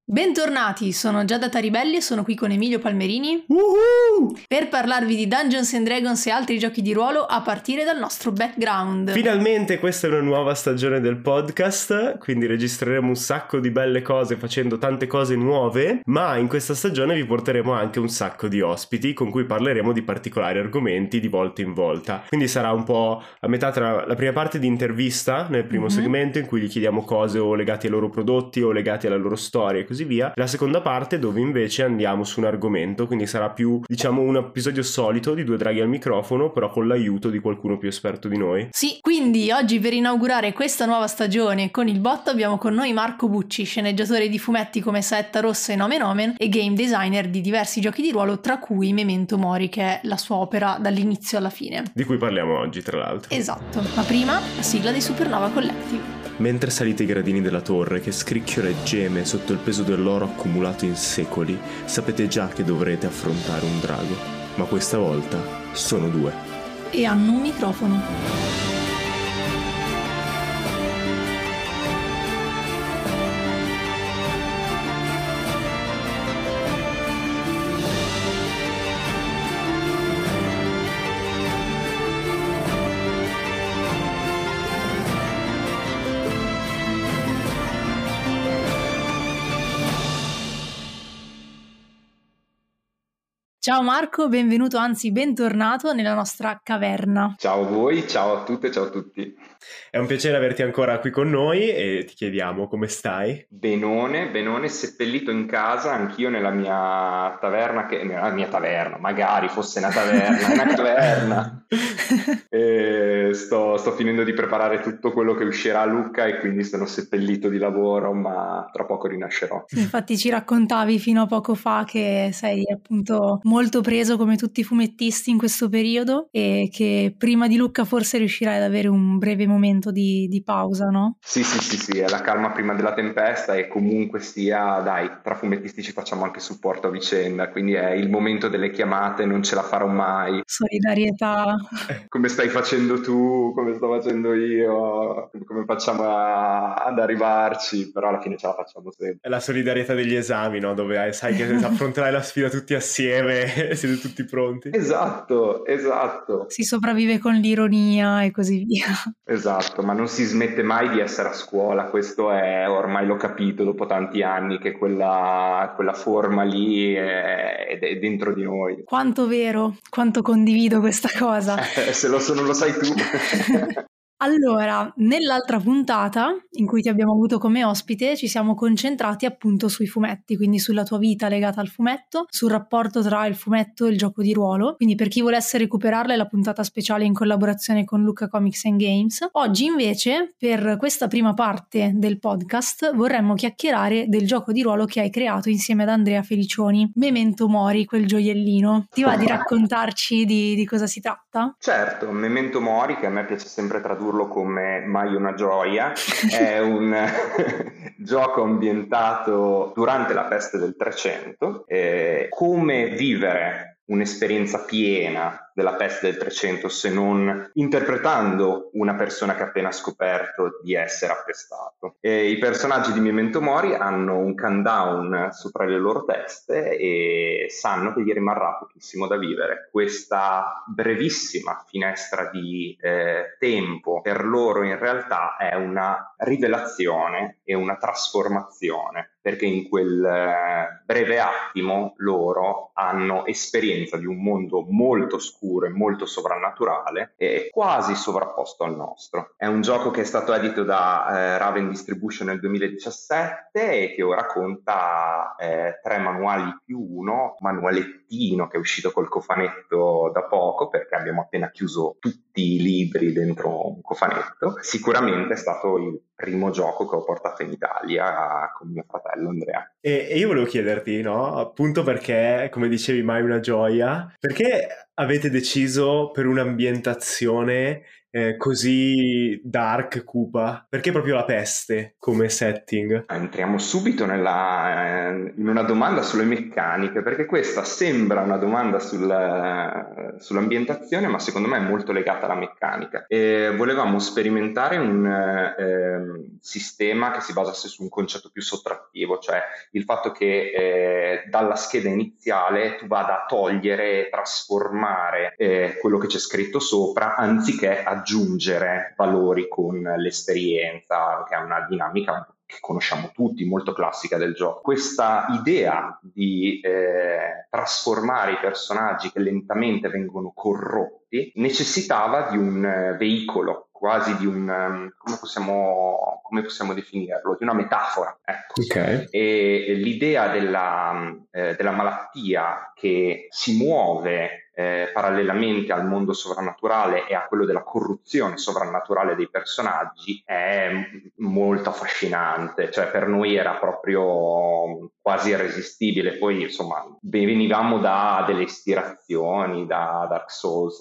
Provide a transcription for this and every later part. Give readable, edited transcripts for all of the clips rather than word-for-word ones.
Bentornati, sono Giada Taribelli e sono qui con Emilio Palmerini per parlarvi di Dungeons & Dragons e altri giochi di ruolo a partire dal nostro background. Finalmente questa è una nuova stagione del podcast, quindi registreremo un sacco di belle cose facendo tante cose nuove, ma in questa stagione vi porteremo anche un sacco di ospiti con cui parleremo di particolari argomenti di volta in volta. Quindi sarà un po' a metà tra la prima parte di intervista nel primo segmento in cui gli chiediamo cose o legate ai loro prodotti o legate alla loro storia e così via. La seconda parte dove invece andiamo su un argomento, quindi sarà più, diciamo, un episodio solito di due draghi al microfono, però con l'aiuto di qualcuno più esperto di noi. Sì, quindi oggi per inaugurare questa nuova stagione con il botto abbiamo con noi Marco Bucci, sceneggiatore di fumetti come Saetta Rossa e Nomen Omen e game designer di diversi giochi di ruolo, tra cui Memento Mori, che è la sua opera dall'inizio alla fine. Di cui parliamo oggi, tra l'altro. Esatto, ma prima la sigla dei Supernova Collective. Mentre salite i gradini della torre che scricchiola e geme sotto il peso dell'oro accumulato in secoli, sapete già che dovrete affrontare un drago, ma questa volta sono due. E hanno un microfono. Ciao Marco, benvenuto, anzi bentornato nella nostra caverna. Ciao a voi, ciao a tutte, ciao a tutti. È un piacere averti ancora qui con noi e ti chiediamo come stai. Benone, seppellito in casa, anch'io nella mia taverna, magari fosse una taverna. E sto finendo di preparare tutto quello che uscirà a Lucca e quindi sono seppellito di lavoro, ma tra poco rinascerò. Infatti ci raccontavi fino a poco fa che sei appunto molto preso come tutti i fumettisti in questo periodo e che prima di Lucca forse riuscirai ad avere un breve momento di pausa, no? Sì, è la calma prima della tempesta e comunque sia, dai, tra fumettisti ci facciamo anche supporto a vicenda, quindi è il momento delle chiamate, non ce la farò mai. Solidarietà. Come stai facendo tu, come sto facendo io, come facciamo ad arrivarci, però alla fine ce la facciamo sempre. È la solidarietà degli esami, no? Dove sai che affronterai la sfida tutti assieme e siete tutti pronti. Esatto. Si sopravvive con l'ironia e così via. Esatto, ma non si smette mai di essere a scuola, questo è ormai l'ho capito dopo tanti anni che quella forma lì è dentro di noi. Quanto vero, quanto condivido questa cosa. Se non lo sai tu. Allora, nell'altra puntata in cui ti abbiamo avuto come ospite ci siamo concentrati appunto sui fumetti, quindi sulla tua vita legata al fumetto, sul rapporto tra il fumetto e il gioco di ruolo, quindi per chi volesse recuperarla è la puntata speciale in collaborazione con Lucca Comics and Games. Oggi invece, per questa prima parte del podcast, vorremmo chiacchierare del gioco di ruolo che hai creato insieme ad Andrea Felicioni, Memento Mori, quel gioiellino. Ti va di raccontarci di cosa si tratta? Certo, Memento Mori, che a me piace sempre tradurlo come mai una gioia, è un gioco ambientato durante la peste del 300, come vivere un'esperienza piena della peste del 300 se non interpretando una persona che ha appena scoperto di essere appestato. I personaggi di Memento Mori hanno un countdown sopra le loro teste e sanno che gli rimarrà pochissimo da vivere. Questa brevissima finestra di tempo per loro in realtà è una rivelazione e una trasformazione, perché in quel breve attimo loro hanno esperienza di un mondo molto scuro e molto sovrannaturale e quasi sovrapposto al nostro. È un gioco che è stato edito da Raven Distribution nel 2017 e che ora conta 3 manuali più uno manualettino che è uscito col cofanetto da poco, perché abbiamo appena chiuso tutti i libri dentro un cofanetto. Sicuramente è stato il primo gioco che ho portato in Italia con mio fratello Andrea. E io volevo chiederti, no? Appunto perché, come dicevi, mai una gioia, perché avete deciso per un'ambientazione così dark, cupa? Perché proprio la peste come setting? Entriamo subito in una domanda sulle meccaniche, perché questa sembra una domanda sull'ambientazione, ma secondo me è molto legata alla meccanica. Volevamo sperimentare un sistema che si basasse su un concetto più sottrattivo, cioè il fatto che dalla scheda iniziale tu vada a togliere e trasformare quello che c'è scritto sopra, anziché aggiungere valori con l'esperienza, che è una dinamica che conosciamo tutti, molto classica del gioco. Questa idea di trasformare i personaggi che lentamente vengono corrotti necessitava di un veicolo, quasi di un, come possiamo definirlo, di una metafora. Ecco. Ok. E l'idea della malattia che si muove parallelamente al mondo sovrannaturale e a quello della corruzione sovrannaturale dei personaggi è molto affascinante, cioè per noi era proprio quasi irresistibile. Poi insomma venivamo da delle ispirazioni, da Dark Souls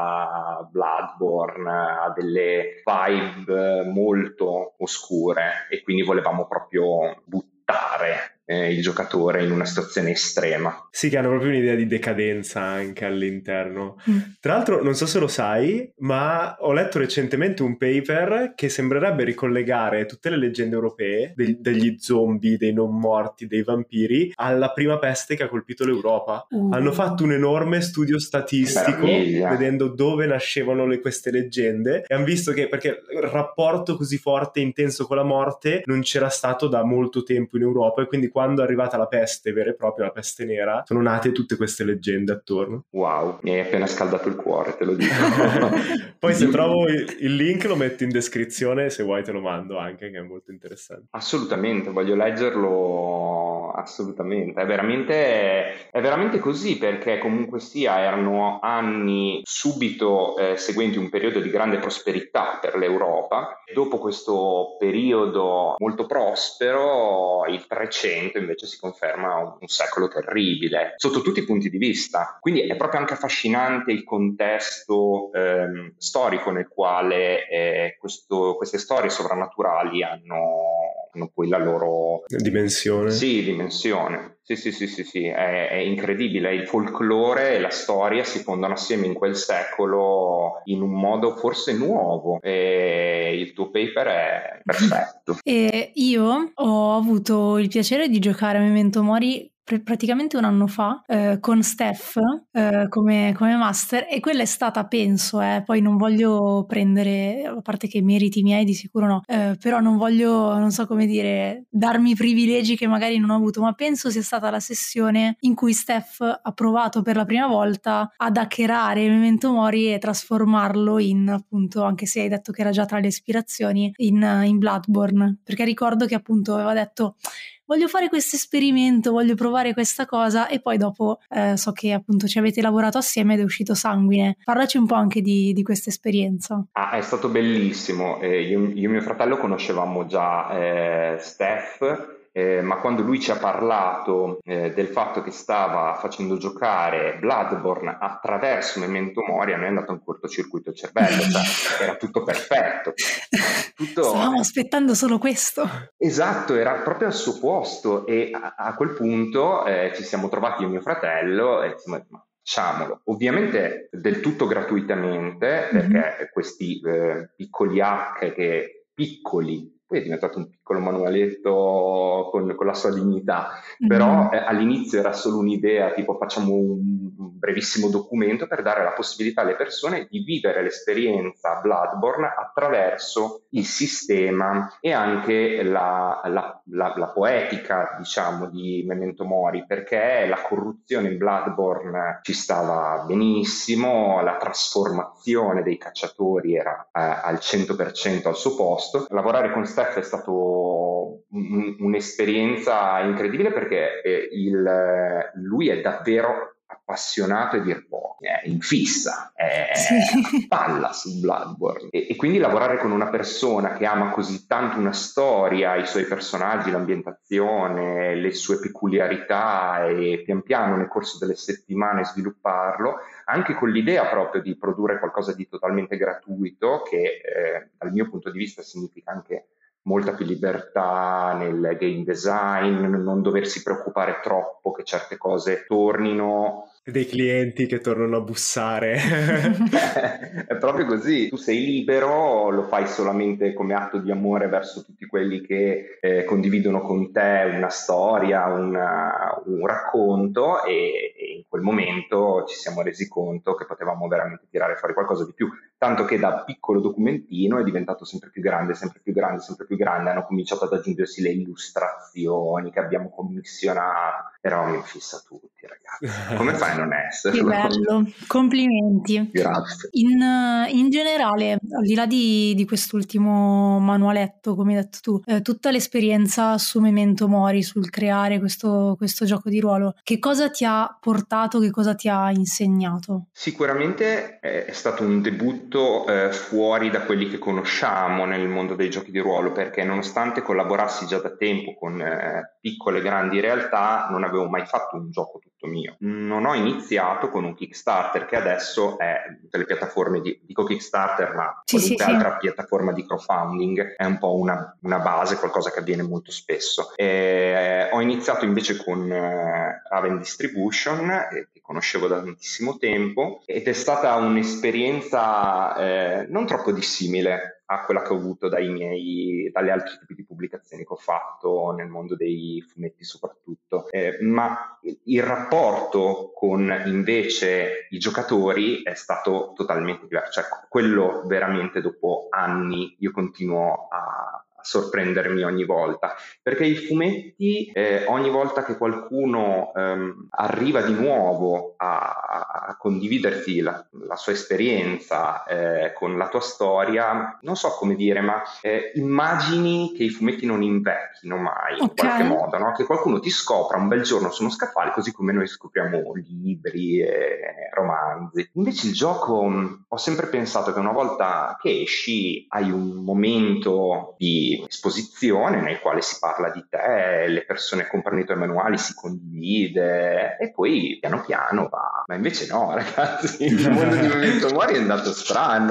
a Bloodborne, a delle vibe molto oscure, e quindi volevamo proprio buttare il giocatore in una situazione estrema. Sì, che hanno proprio un'idea di decadenza anche all'interno. Tra l'altro, non so se lo sai, ma ho letto recentemente un paper che sembrerebbe ricollegare tutte le leggende europee degli zombie, dei non morti, dei vampiri alla prima peste che ha colpito l'Europa. Hanno fatto un enorme studio statistico vedendo dove nascevano queste leggende, e hanno visto che, perché il rapporto così forte e intenso con la morte non c'era stato da molto tempo in Europa, e quindi quando è arrivata la peste vera e propria, la peste nera, sono nate tutte queste leggende attorno. Wow, mi hai appena scaldato il cuore, te lo dico. Poi se trovo il link lo metto in descrizione, se vuoi te lo mando anche, che è molto interessante. Assolutamente, voglio leggerlo, assolutamente. È veramente così, perché comunque sia erano anni subito seguenti un periodo di grande prosperità per l'Europa. Dopo questo periodo molto prospero, il 300 invece si conferma un secolo terribile sotto tutti i punti di vista. Quindi è proprio anche affascinante il contesto storico nel quale queste storie sovrannaturali hanno poi la loro dimensione. Sì, dimensione. Sì, è incredibile. Il folklore e la storia si fondono assieme in quel secolo in un modo forse nuovo, e il tuo paper è perfetto. E io ho avuto il piacere di giocare a Memento Mori praticamente un anno fa con Steph come master, e quella è stata, penso, poi non voglio prendere, a parte che meriti miei di sicuro no, però non voglio, non so come dire, darmi privilegi che magari non ho avuto, ma penso sia stata la sessione in cui Steph ha provato per la prima volta ad hackerare Memento Mori e trasformarlo in, appunto, anche se hai detto che era già tra le ispirazioni, in Bloodborne, perché ricordo che appunto aveva detto: voglio fare questo esperimento, voglio provare questa cosa, e poi dopo so che appunto ci avete lavorato assieme ed è uscito Sanguine. Parlaci un po' anche di questa esperienza. È stato bellissimo. Io e mio fratello conoscevamo già Steph, ma quando lui ci ha parlato del fatto che stava facendo giocare Bloodborne attraverso Memento Mori, a noi è andato un cortocircuito il cervello, cioè era tutto perfetto. Stavamo aspettando solo questo. Esatto, era proprio al suo posto, e a quel punto ci siamo trovati io e mio fratello e diciamo: ma facciamolo, ovviamente del tutto gratuitamente, perché questi piccoli hack piccoli, poi è diventato un piccolo manualetto con la sua dignità, però all'inizio era solo un'idea, tipo facciamo un brevissimo documento per dare la possibilità alle persone di vivere l'esperienza Bloodborne attraverso il sistema e anche la poetica, diciamo, di Memento Mori, perché la corruzione in Bloodborne ci stava benissimo, la trasformazione dei cacciatori era al 100% al suo posto. Lavorare con Steph è stato un'esperienza incredibile, perché lui è davvero appassionato e dir poco, è in fissa, è a palla su Bloodborne, e quindi lavorare con una persona che ama così tanto una storia, i suoi personaggi, l'ambientazione, le sue peculiarità, e pian piano nel corso delle settimane svilupparlo, anche con l'idea proprio di produrre qualcosa di totalmente gratuito, che dal mio punto di vista significa anche molta più libertà nel game design, non doversi preoccupare troppo che certe cose tornino. Dei clienti che tornano a bussare. È proprio così, tu sei libero, lo fai solamente come atto di amore verso tutti quelli che condividono con te una storia, un racconto, e in quel momento ci siamo resi conto che potevamo veramente tirare fuori qualcosa di più, tanto che da piccolo documentino è diventato sempre più grande, sempre più grande, sempre più grande. Hanno cominciato ad aggiungersi le illustrazioni che abbiamo commissionato, eravamo in fissa tutti, ragazzi, come fai a non esserlo? Che bello, complimenti. Grazie. In generale, al di là di quest'ultimo manualetto, come hai detto tu, tutta l'esperienza su Memento Mori, sul creare questo gioco di ruolo, che cosa ti ha portato, che cosa ti ha insegnato? Sicuramente è stato un debutto fuori da quelli che conosciamo nel mondo dei giochi di ruolo, perché nonostante collaborassi già da tempo con piccole e grandi realtà, non avevo mai fatto un gioco tutto mio. Non ho iniziato con un Kickstarter, che adesso è tutte le piattaforme dico Kickstarter, ma qualunque altra piattaforma di crowdfunding è un po' una base, qualcosa che avviene molto spesso. Ho iniziato invece con Raven Distribution, che conoscevo da tantissimo tempo, ed è stata un'esperienza non troppo dissimile a quella che ho avuto dalle altri tipi di pubblicazioni che ho fatto nel mondo dei fumetti soprattutto, ma il rapporto con invece i giocatori è stato totalmente diverso, cioè quello veramente dopo anni io continuo a sorprendermi ogni volta, perché i fumetti ogni volta che qualcuno arriva di nuovo a condividerti la sua esperienza con la tua storia, non so come dire, ma immagini che i fumetti non invecchino mai, in qualche modo, no? Che qualcuno ti scopra un bel giorno su uno scaffale, così come noi scopriamo libri e romanzi. Invece il gioco, ho sempre pensato che una volta che esci hai un momento di esposizione nel quale si parla di te, le persone comprano i tuoi manuali, si condivide, e poi piano piano va. Ma invece no, ragazzi, il mondo di Memento Mori è andato strano,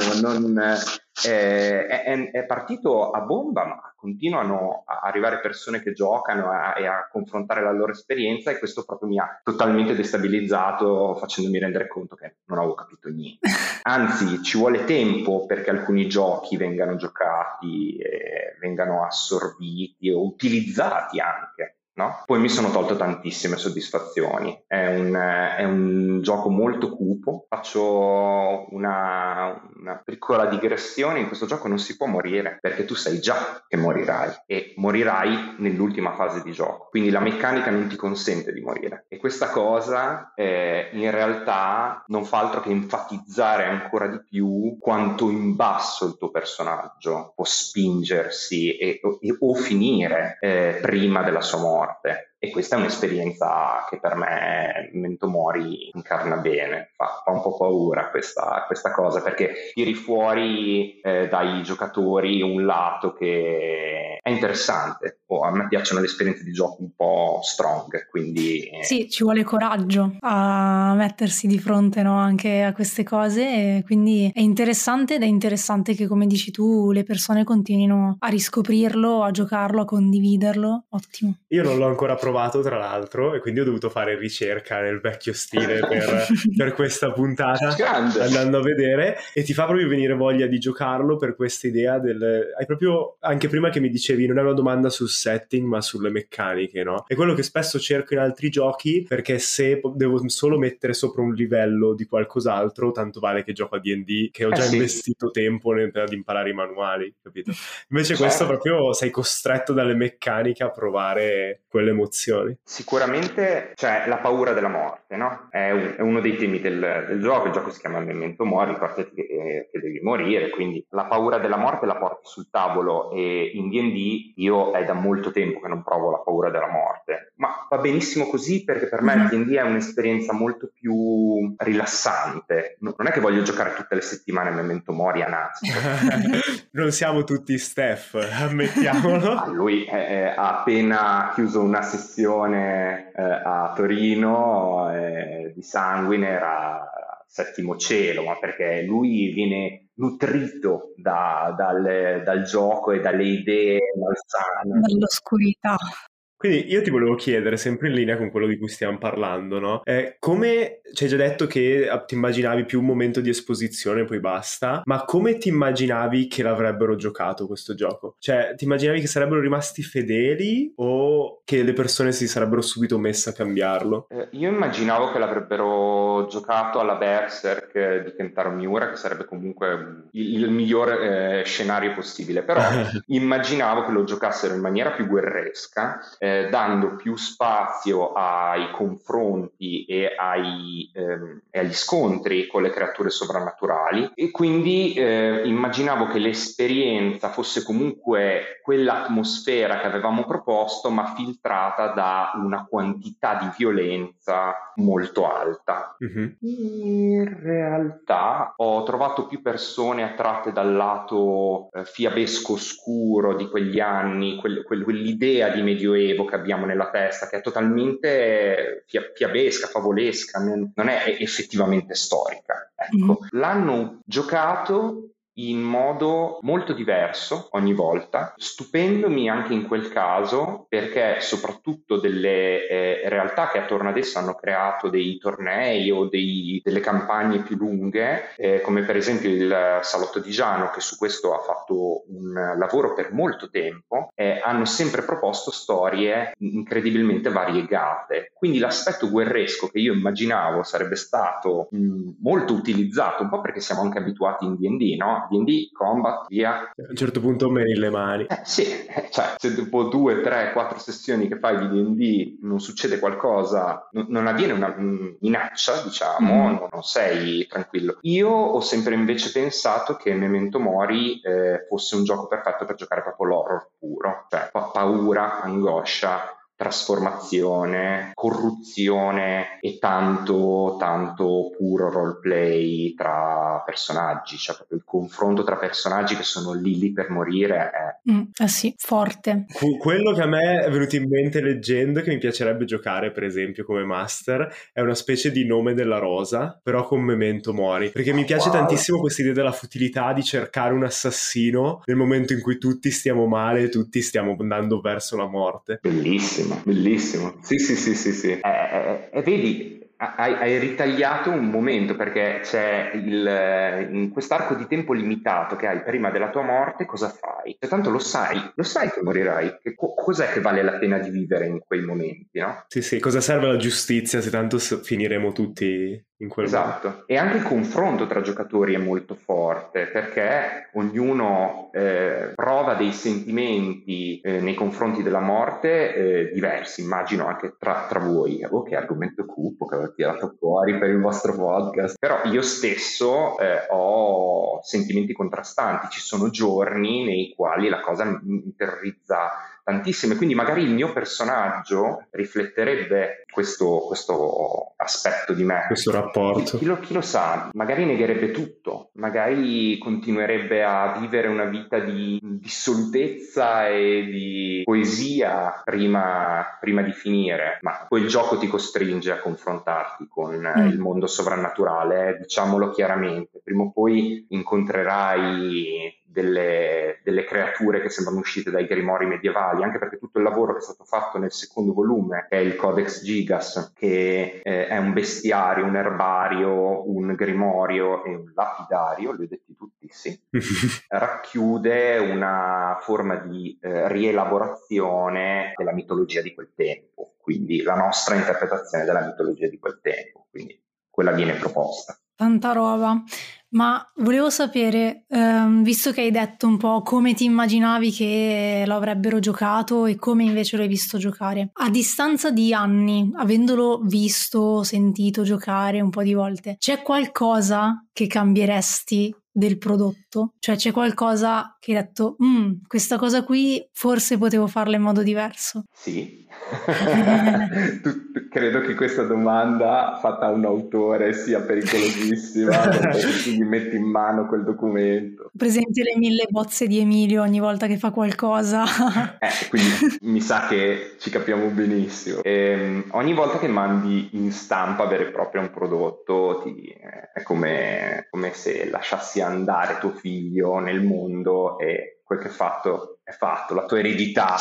è partito a bomba, ma continuano a arrivare persone che giocano e a confrontare la loro esperienza, e questo proprio mi ha totalmente destabilizzato, facendomi rendere conto che non avevo capito niente. Anzi, ci vuole tempo perché alcuni giochi vengano giocati, vengano assorbiti o utilizzati anche. No? Poi mi sono tolto tantissime soddisfazioni, è un gioco molto cupo. Faccio una piccola digressione: in questo gioco non si può morire, perché tu sai già che morirai, e morirai nell'ultima fase di gioco, quindi la meccanica non ti consente di morire, e questa cosa in realtà non fa altro che enfatizzare ancora di più quanto in basso il tuo personaggio può spingersi o finire prima della sua morte. E questa è un'esperienza che per me Memento Mori incarna bene. Fa un po' paura questa cosa, perché tiri fuori dai giocatori un lato che è interessante. A me piacciono le esperienze di gioco un po' strong, quindi sì, ci vuole coraggio a mettersi di fronte, no, anche a queste cose, e quindi è interessante, ed è interessante che, come dici tu, le persone continuino a riscoprirlo, a giocarlo, a condividerlo. Ottimo. Io non l'ho ancora provato, tra l'altro, e quindi ho dovuto fare ricerca nel vecchio stile per questa puntata, andando a vedere, e ti fa proprio venire voglia di giocarlo per questa idea hai proprio, anche prima che mi dicevi, non è una domanda sul setting ma sulle meccaniche, no? È quello che spesso cerco in altri giochi, perché se devo solo mettere sopra un livello di qualcos'altro, tanto vale che gioco a D&D, che ho già investito tempo ad imparare i manuali, capito? Invece questo proprio sei costretto dalle meccaniche a provare quelle emozioni. Sicuramente c'è la paura della morte, no? È uno dei temi del gioco. Il gioco si chiama Memento Mori, ricordati che devi morire, quindi la paura della morte la porti sul tavolo, e in D&D io è da molto tempo che non provo la paura della morte, ma va benissimo così, perché per me il D&D è un'esperienza molto più rilassante. Non è che voglio giocare tutte le settimane Memento Mori a naso. Non siamo tutti Steph, ammettiamolo. Lui ha appena chiuso una sessione a Torino di Sanguine, era settimo cielo, ma perché lui viene nutrito dal gioco e dalle idee malsane. Dall'oscurità. Quindi io ti volevo chiedere, sempre in linea con quello di cui stiamo parlando, no? Come ci hai già detto che ti immaginavi più un momento di esposizione e poi basta, ma come ti immaginavi che l'avrebbero giocato questo gioco? Cioè, ti immaginavi che sarebbero rimasti fedeli o che le persone si sarebbero subito messe a cambiarlo? Io immaginavo che l'avrebbero giocato alla Berserk di Kentaro Miura, che sarebbe comunque il miglior scenario possibile, però immaginavo che lo giocassero in maniera più guerresca, dando più spazio ai confronti e agli scontri con le creature sovrannaturali, e quindi immaginavo che l'esperienza fosse comunque quell'atmosfera che avevamo proposto, ma filtrata da una quantità di violenza molto alta. In realtà ho trovato più persone attratte dal lato fiabesco oscuro di quegli anni, quell'idea di medioevo che abbiamo nella testa, che è totalmente fiabesca, favolesca, non è effettivamente storica. Ecco. L'hanno giocato in modo molto diverso ogni volta, stupendomi anche in quel caso, perché soprattutto delle realtà che attorno ad esso hanno creato dei tornei o delle campagne più lunghe, come per esempio il Salotto di Giano, che su questo ha fatto un lavoro per molto tempo, hanno sempre proposto storie incredibilmente variegate. Quindi l'aspetto guerresco che io immaginavo sarebbe stato molto utilizzato, un po' perché siamo anche abituati in D&D, no? D&D, combat, via. A un certo punto meni le mani. Sì, cioè se dopo 2, 3, 4 sessioni che fai di D&D non succede qualcosa, non avviene una minaccia, diciamo, non sei tranquillo. Io ho sempre invece pensato che Memento Mori fosse un gioco perfetto per giocare proprio l'horror puro, cioè paura, angoscia, trasformazione, corruzione e tanto puro roleplay tra personaggi, cioè proprio il confronto tra personaggi che sono lì per morire. Sì, forte. Quello che a me è venuto in mente leggendo, che mi piacerebbe giocare per esempio come master, è una specie di Nome della Rosa, però con Memento Mori, perché mi piace tantissimo questa idea della futilità di cercare un assassino nel momento in cui tutti stiamo male, tutti stiamo andando verso la morte. Bellissimo, bellissimo. Sì. Vedi, hai ritagliato un momento, perché c'è in quest'arco di tempo limitato che hai prima della tua morte, cosa fai? Cioè, tanto lo sai che morirai, cos'è che vale la pena di vivere in quei momenti, no? Sì, cosa serve la giustizia se tanto finiremo tutti in quel modo? Esatto, e anche il confronto tra giocatori è molto forte, perché ognuno prova dei sentimenti nei confronti della morte diversi, immagino anche tra voi. Oh, che argomento cupo che ho tirato fuori per il vostro podcast. Però io stesso ho sentimenti contrastanti, ci sono giorni nei quali la cosa mi terrorizza tantissimo, e quindi magari il mio personaggio rifletterebbe questo aspetto di me. Questo rapporto. Chi lo sa, magari negherebbe tutto, magari continuerebbe a vivere una vita di dissolutezza e di poesia prima di finire, ma poi il gioco ti costringe a confrontarti con il mondo sovrannaturale, diciamolo chiaramente. Prima o poi incontrerai delle creature che sembrano uscite dai grimori medievali, anche perché tutto il lavoro che è stato fatto nel secondo volume, che è il Codex Gigas, che è un bestiario, un erbario, un grimorio e un lapidario, li ho detti tutti, sì, racchiude una forma di rielaborazione della mitologia di quel tempo, quindi la nostra interpretazione della mitologia di quel tempo, quindi quella viene proposta. Tanta roba, ma volevo sapere, visto che hai detto un po' come ti immaginavi che lo avrebbero giocato e come invece lo hai visto giocare, a distanza di anni, avendolo visto, sentito giocare un po' di volte, c'è qualcosa che cambieresti del prodotto? Cioè c'è qualcosa che hai detto, questa cosa qui forse potevo farla in modo diverso? Sì, Credo che questa domanda fatta a un autore sia pericolosissima, perché tu gli metti in mano quel documento. Presenti le 1000 bozze di Emilio ogni volta che fa qualcosa. Quindi mi sa che ci capiamo benissimo. Ogni volta che mandi in stampa vero e proprio un prodotto è come se lasciassi andare tuo figlio nel mondo e quel che è fatto è fatto. La tua eredità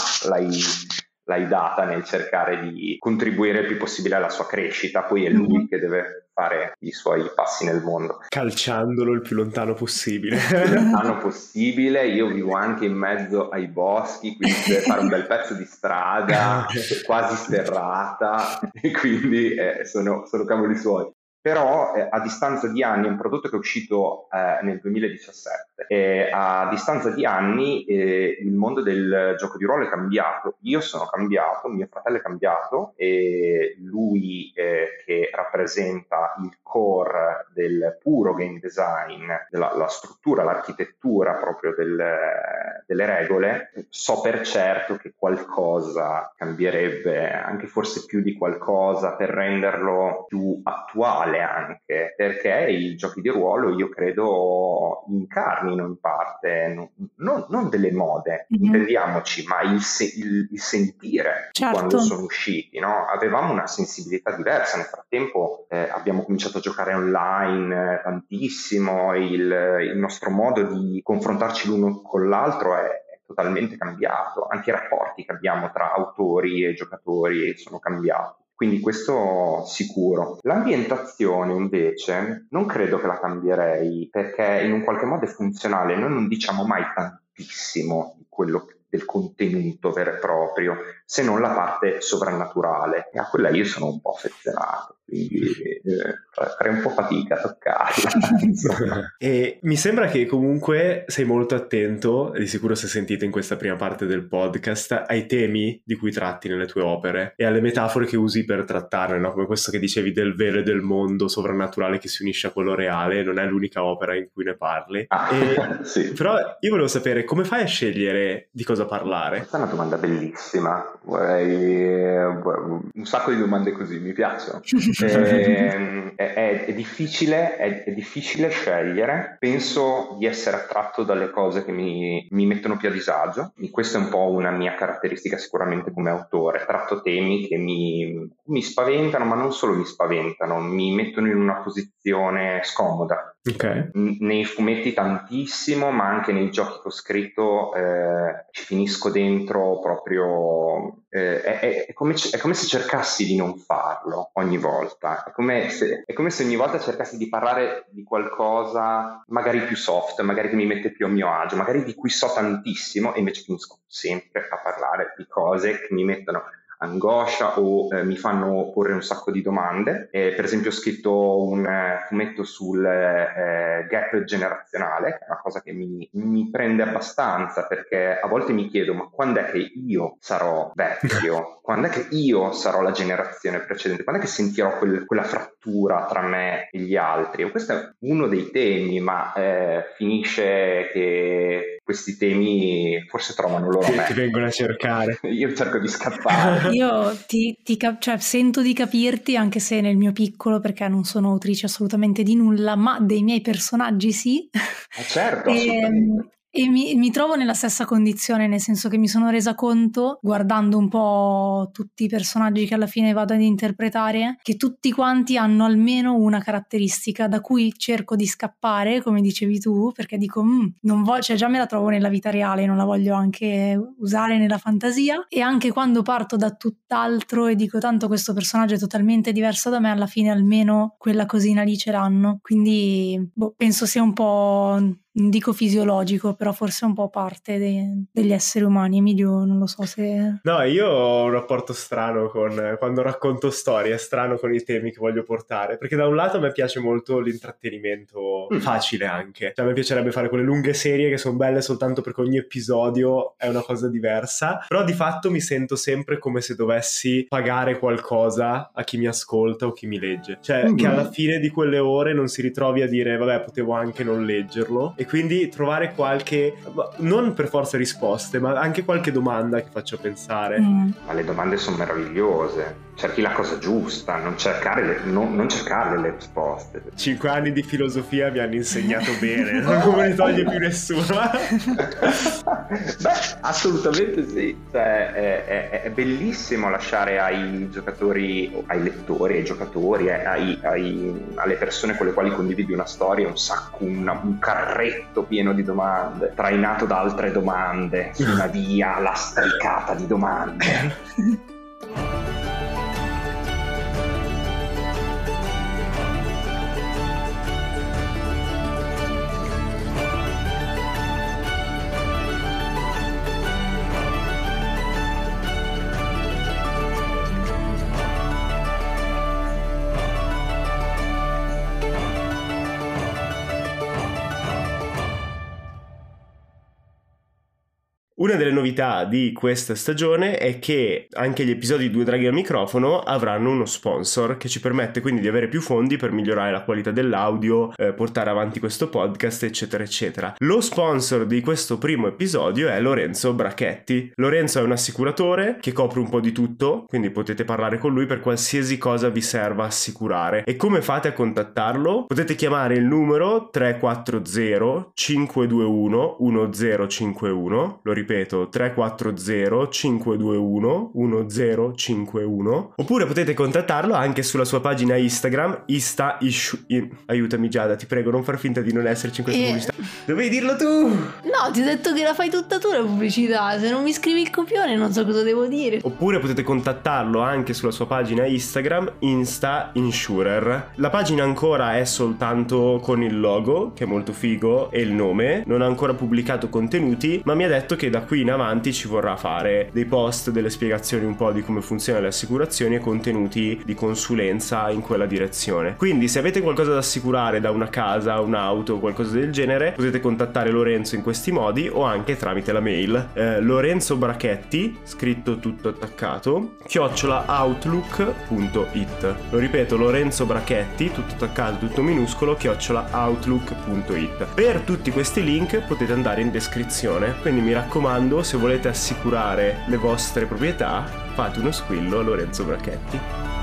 l'hai data nel cercare di contribuire il più possibile alla sua crescita, poi è lui che deve fare i suoi passi nel mondo. Calciandolo il più lontano possibile. Il più lontano possibile, io vivo anche in mezzo ai boschi, quindi deve fare un bel pezzo di strada quasi sterrata, e quindi sono cavoli suoi. Però a distanza di anni, è un prodotto che è uscito nel 2017, e a distanza di anni il mondo del gioco di ruolo è cambiato. Io sono cambiato, mio fratello è cambiato, e lui che rappresenta il core del puro game design, la struttura, l'architettura proprio delle regole, so per certo che qualcosa cambierebbe, anche forse più di qualcosa, per renderlo più attuale, anche perché i giochi di ruolo io credo incarnino in parte non delle mode, intendiamoci, ma il sentire quando sono usciti, no? Avevamo una sensibilità diversa. Nel frattempo abbiamo cominciato a giocare online tantissimo, il nostro modo di confrontarci l'uno con l'altro è totalmente cambiato, anche i rapporti che abbiamo tra autori e giocatori sono cambiati. Quindi questo sicuro. L'ambientazione invece non credo che la cambierei, perché in un qualche modo è funzionale. Noi non diciamo mai tantissimo di quello del contenuto vero e proprio, se non la parte sovrannaturale, e a quella io sono un po' affezionato, quindi farei un po' fatica a toccarla. E mi sembra che comunque sei molto attento, di sicuro se sentite in questa prima parte del podcast, ai temi di cui tratti nelle tue opere e alle metafore che usi per trattarne, no? Come questo che dicevi del vero e del mondo sovrannaturale che si unisce a quello reale, non è l'unica opera in cui ne parli. Sì. Però io volevo sapere come fai a scegliere di cosa parlare? Questa è una domanda bellissima, un sacco di domande così, mi piacciono. È difficile scegliere. Penso di essere attratto dalle cose che mi mettono più a disagio, e questa è un po' una mia caratteristica sicuramente come autore. Tratto temi che mi spaventano, ma non solo mi spaventano, mi mettono in una posizione scomoda. Okay. Nei fumetti tantissimo, ma anche nei giochi che ho scritto ci finisco dentro proprio. È come se cercassi di non farlo ogni volta. È come se ogni volta cercassi di parlare di qualcosa magari più soft, magari che mi mette più a mio agio, magari di cui so tantissimo, e invece finisco sempre a parlare di cose che mi mettono angoscia o mi fanno porre un sacco di domande. Per esempio ho scritto un fumetto sul gap generazionale, che è una cosa che mi prende abbastanza, perché a volte mi chiedo: ma quando è che io sarò vecchio? Quando è che io sarò la generazione precedente? Quando è che sentirò quella frattura tra me e gli altri? E questo è uno dei temi, ma finisce che questi temi forse trovano loro me. Ti vengono a cercare. Io cerco di scappare. Io cioè, sento di capirti, anche se nel mio piccolo, perché non sono autrice assolutamente di nulla, ma dei miei personaggi sì. Certo, assolutamente. E mi trovo nella stessa condizione, nel senso che mi sono resa conto, guardando un po' tutti i personaggi che alla fine vado ad interpretare, che tutti quanti hanno almeno una caratteristica da cui cerco di scappare, come dicevi tu, perché dico, cioè già me la trovo nella vita reale, non la voglio anche usare nella fantasia, e anche quando parto da tutt'altro e dico tanto questo personaggio è totalmente diverso da me, alla fine almeno quella cosina lì ce l'hanno. Quindi penso sia un po'... non dico fisiologico, però forse è un po' parte degli esseri umani. Emilio, non lo so se... No, io ho un rapporto strano con quando racconto storie, è strano con i temi che voglio portare, perché da un lato a me piace molto l'intrattenimento facile anche, cioè a me piacerebbe fare quelle lunghe serie che sono belle soltanto perché ogni episodio è una cosa diversa, però di fatto mi sento sempre come se dovessi pagare qualcosa a chi mi ascolta o chi mi legge, cioè che alla fine di quelle ore non si ritrovi a dire vabbè, potevo anche non leggerlo, e quindi trovare qualche, non per forza risposte, ma anche qualche domanda che faccia pensare. Ma le domande sono meravigliose. Cerchi la cosa giusta, non cercare le risposte. 5 anni di filosofia mi hanno insegnato bene, non me ne toglie più nessuno. Beh, assolutamente sì. Cioè, è bellissimo lasciare ai giocatori, ai lettori, ai giocatori, alle persone con le quali condividi una storia un carretto pieno di domande, trainato da altre domande, su una via lastricata di domande. Una delle novità di questa stagione è che anche gli episodi di Due Draghi al microfono avranno uno sponsor che ci permette quindi di avere più fondi per migliorare la qualità dell'audio, portare avanti questo podcast, eccetera eccetera. Lo sponsor di questo primo episodio è Lorenzo Brachetti. Lorenzo è un assicuratore che copre un po' di tutto, quindi potete parlare con lui per qualsiasi cosa vi serva assicurare. E come fate a contattarlo? Potete chiamare il numero 340 521 1051, lo ripeto 340 521 1051, oppure potete contattarlo anche sulla sua pagina Instagram aiutami Giada, ti prego, non far finta di non esserci in questa pubblicità. Dovevi dirlo tu. No, ti ho detto che la fai tutta tu la pubblicità, se non mi scrivi il copione non so cosa devo dire. Oppure potete contattarlo anche sulla sua pagina Instagram Insta Insurer. La pagina ancora è soltanto con il logo, che è molto figo, e il nome. Non ha ancora pubblicato contenuti, ma mi ha detto che da qui in avanti ci vorrà fare dei post, delle spiegazioni un po' di come funzionano le assicurazioni e contenuti di consulenza in quella direzione. Quindi se avete qualcosa da assicurare da una casa, un'auto o qualcosa del genere, potete contattare Lorenzo in questi modi o anche tramite la mail Lorenzo Brachetti, scritto tutto attaccato, @outlook.it. Lo ripeto, Lorenzo Brachetti, tutto attaccato, tutto minuscolo, @outlook.it. Per tutti questi link potete andare in descrizione, quindi mi raccomando, se volete assicurare le vostre proprietà, fate uno squillo a Lorenzo Brachetti.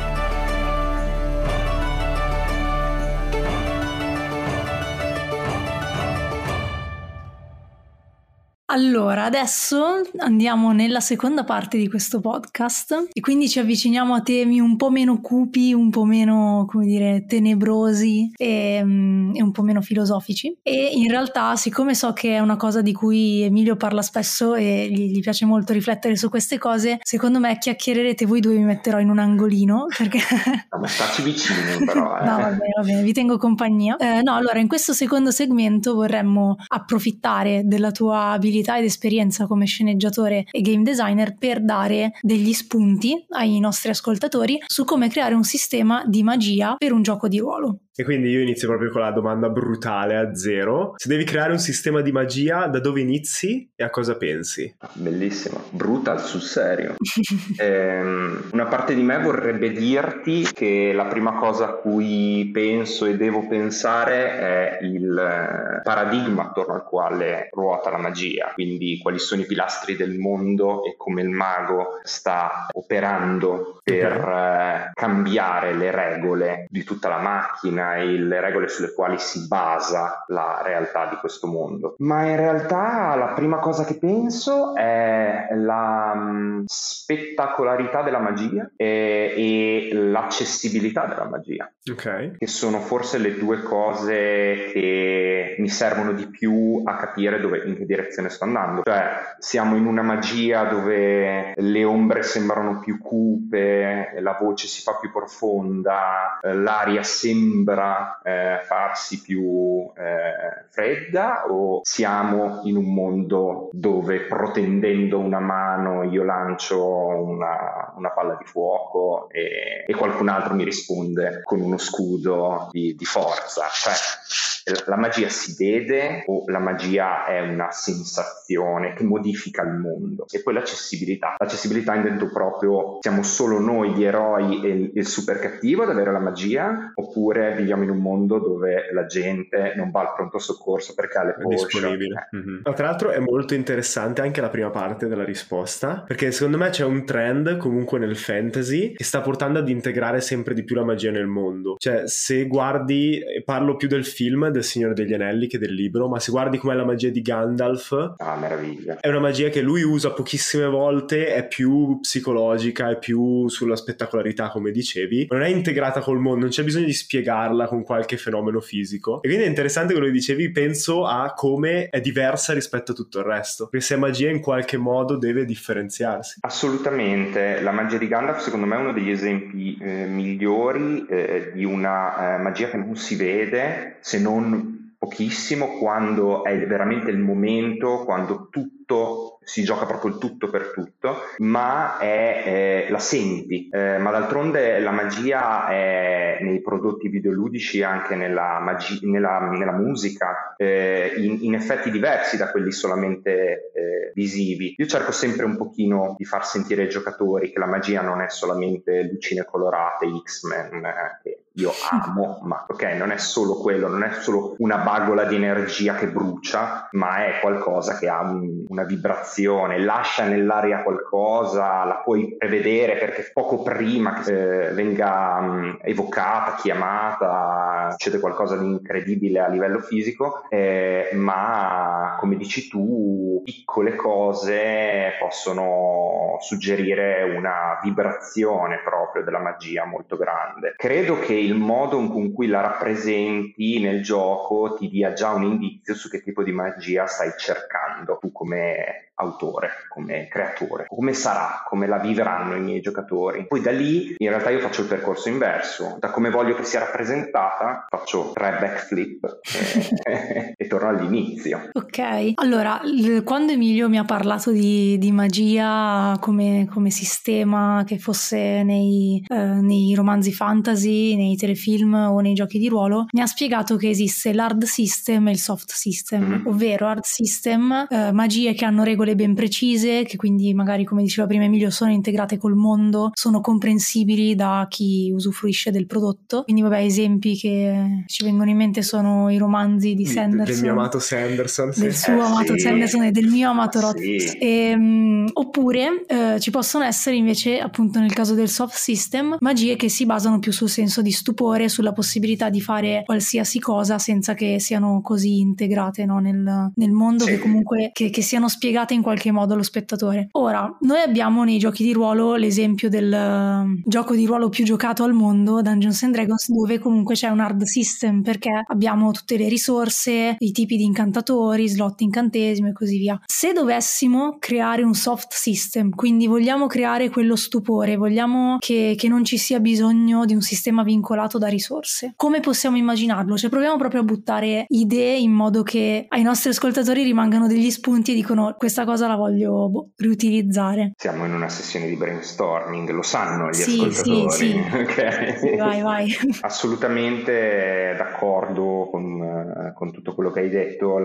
Allora, adesso andiamo nella seconda parte di questo podcast e quindi ci avviciniamo a temi un po' meno cupi, un po' meno, come dire, tenebrosi e un po' meno filosofici. E in realtà, siccome so che è una cosa di cui Emilio parla spesso e gli piace molto riflettere su queste cose, secondo me chiacchiererete voi due, vi metterò in un angolino perché... Ma starci vicino però. No, va bene, vi tengo compagnia. No, allora, in questo secondo segmento vorremmo approfittare della tua abilità ed esperienza come sceneggiatore e game designer per dare degli spunti ai nostri ascoltatori su come creare un sistema di magia per un gioco di ruolo. E quindi io inizio proprio con la domanda brutale a zero. Se devi creare un sistema di magia, da dove inizi e a cosa pensi? Bellissimo, brutal sul serio. Una parte di me vorrebbe dirti che la prima cosa a cui penso e devo pensare è il paradigma attorno al quale ruota la magia, quindi quali sono i pilastri del mondo e come il mago sta operando per cambiare le regole di tutta la macchina e le regole sulle quali si basa la realtà di questo mondo. Ma in realtà la prima cosa che penso è la spettacolarità della magia e l'accessibilità della magia, che sono forse le due cose che mi servono di più a capire in che direzione sto andando. Cioè, siamo in una magia dove le ombre sembrano più cupe, la voce si fa più profonda, l'aria sembra farsi più fredda, o siamo in un mondo dove protendendo una mano io lancio una palla di fuoco e qualcun altro mi risponde con uno scudo di forza? Cioè, la magia si vede o la magia è una sensazione che modifica il mondo? E poi l'accessibilità intendo proprio, siamo solo noi gli eroi e il super cattivo ad avere la magia, oppure viviamo in un mondo dove la gente non va al pronto soccorso perché ha le potion. Disponibile. No, tra l'altro è molto interessante anche la prima parte della risposta, perché secondo me c'è un trend comunque nel fantasy che sta portando ad integrare sempre di più la magia nel mondo. Cioè, se guardi, parlo più del film del Signore degli Anelli che del libro, ma se guardi com'è la magia di Gandalf, meraviglia, è una magia che lui usa pochissime volte, è più psicologica, è più sulla spettacolarità, come dicevi, non è integrata col mondo, non c'è bisogno di spiegarla con qualche fenomeno fisico. E quindi è interessante quello che dicevi, penso a come è diversa rispetto a tutto il resto, perché se è magia in qualche modo deve differenziarsi. Assolutamente, la magia di Gandalf secondo me è uno degli esempi migliori di una magia che non si vede se non pochissimo, quando è veramente il momento, quando tutto si gioca proprio il tutto per tutto, ma la senti, ma d'altronde la magia è nei prodotti videoludici, anche nella musica, in effetti diversi da quelli solamente visivi. Io cerco sempre un pochino di far sentire ai giocatori che la magia non è solamente lucine colorate, X-Men, che io amo, ma ok, non è solo quello, non è solo una bagola di energia che brucia, ma è qualcosa che ha una vibrazione, lascia nell'aria qualcosa, la puoi prevedere perché poco prima che venga evocata, chiamata, succede qualcosa di incredibile a livello fisico, ma come dici tu, piccole cose possono suggerire una vibrazione proprio della magia molto grande. Credo che il modo con cui la rappresenti nel gioco ti dia già un indizio su che tipo di magia stai cercando tu come autore, come creatore, come sarà, come la vivranno i miei giocatori. Poi da lì in realtà io faccio il percorso inverso, da come voglio che sia rappresentata faccio 3 backflip e torno all'inizio. Ok, allora quando Emilio mi ha parlato di magia come sistema che fosse nei romanzi fantasy, nei telefilm o nei giochi di ruolo, mi ha spiegato che esiste l'hard system e il soft system, ovvero hard system, magie che hanno regole ben precise, che quindi magari, come diceva prima Emilio, sono integrate col mondo, sono comprensibili da chi usufruisce del prodotto. Quindi vabbè, esempi che ci vengono in mente sono i romanzi di Sanderson, del mio amato Sanderson, del suo amato Sanderson e del mio amato Rothfuss. Oppure ci possono essere invece, appunto nel caso del soft system, magie che si basano più sul senso di stupore, sulla possibilità di fare qualsiasi cosa senza che siano così integrate, no, nel mondo, che comunque che siano spiegate in qualche modo allo spettatore. Ora, noi abbiamo nei giochi di ruolo l'esempio del gioco di ruolo più giocato al mondo, Dungeons and Dragons, dove comunque c'è un hard system, perché abbiamo tutte le risorse, i tipi di incantatori, slot incantesimi e così via. Se dovessimo creare un soft system, quindi vogliamo creare quello stupore, vogliamo che non ci sia bisogno di un sistema vincolato da risorse, come possiamo immaginarlo? Cioè proviamo proprio a buttare idee in modo che ai nostri ascoltatori rimangano degli spunti e dicono: questa cosa la voglio riutilizzare. Siamo in una sessione di brainstorming, lo sanno gli ascoltatori. Sì. Okay. Sì, vai. Assolutamente d'accordo con tutto quello che hai detto.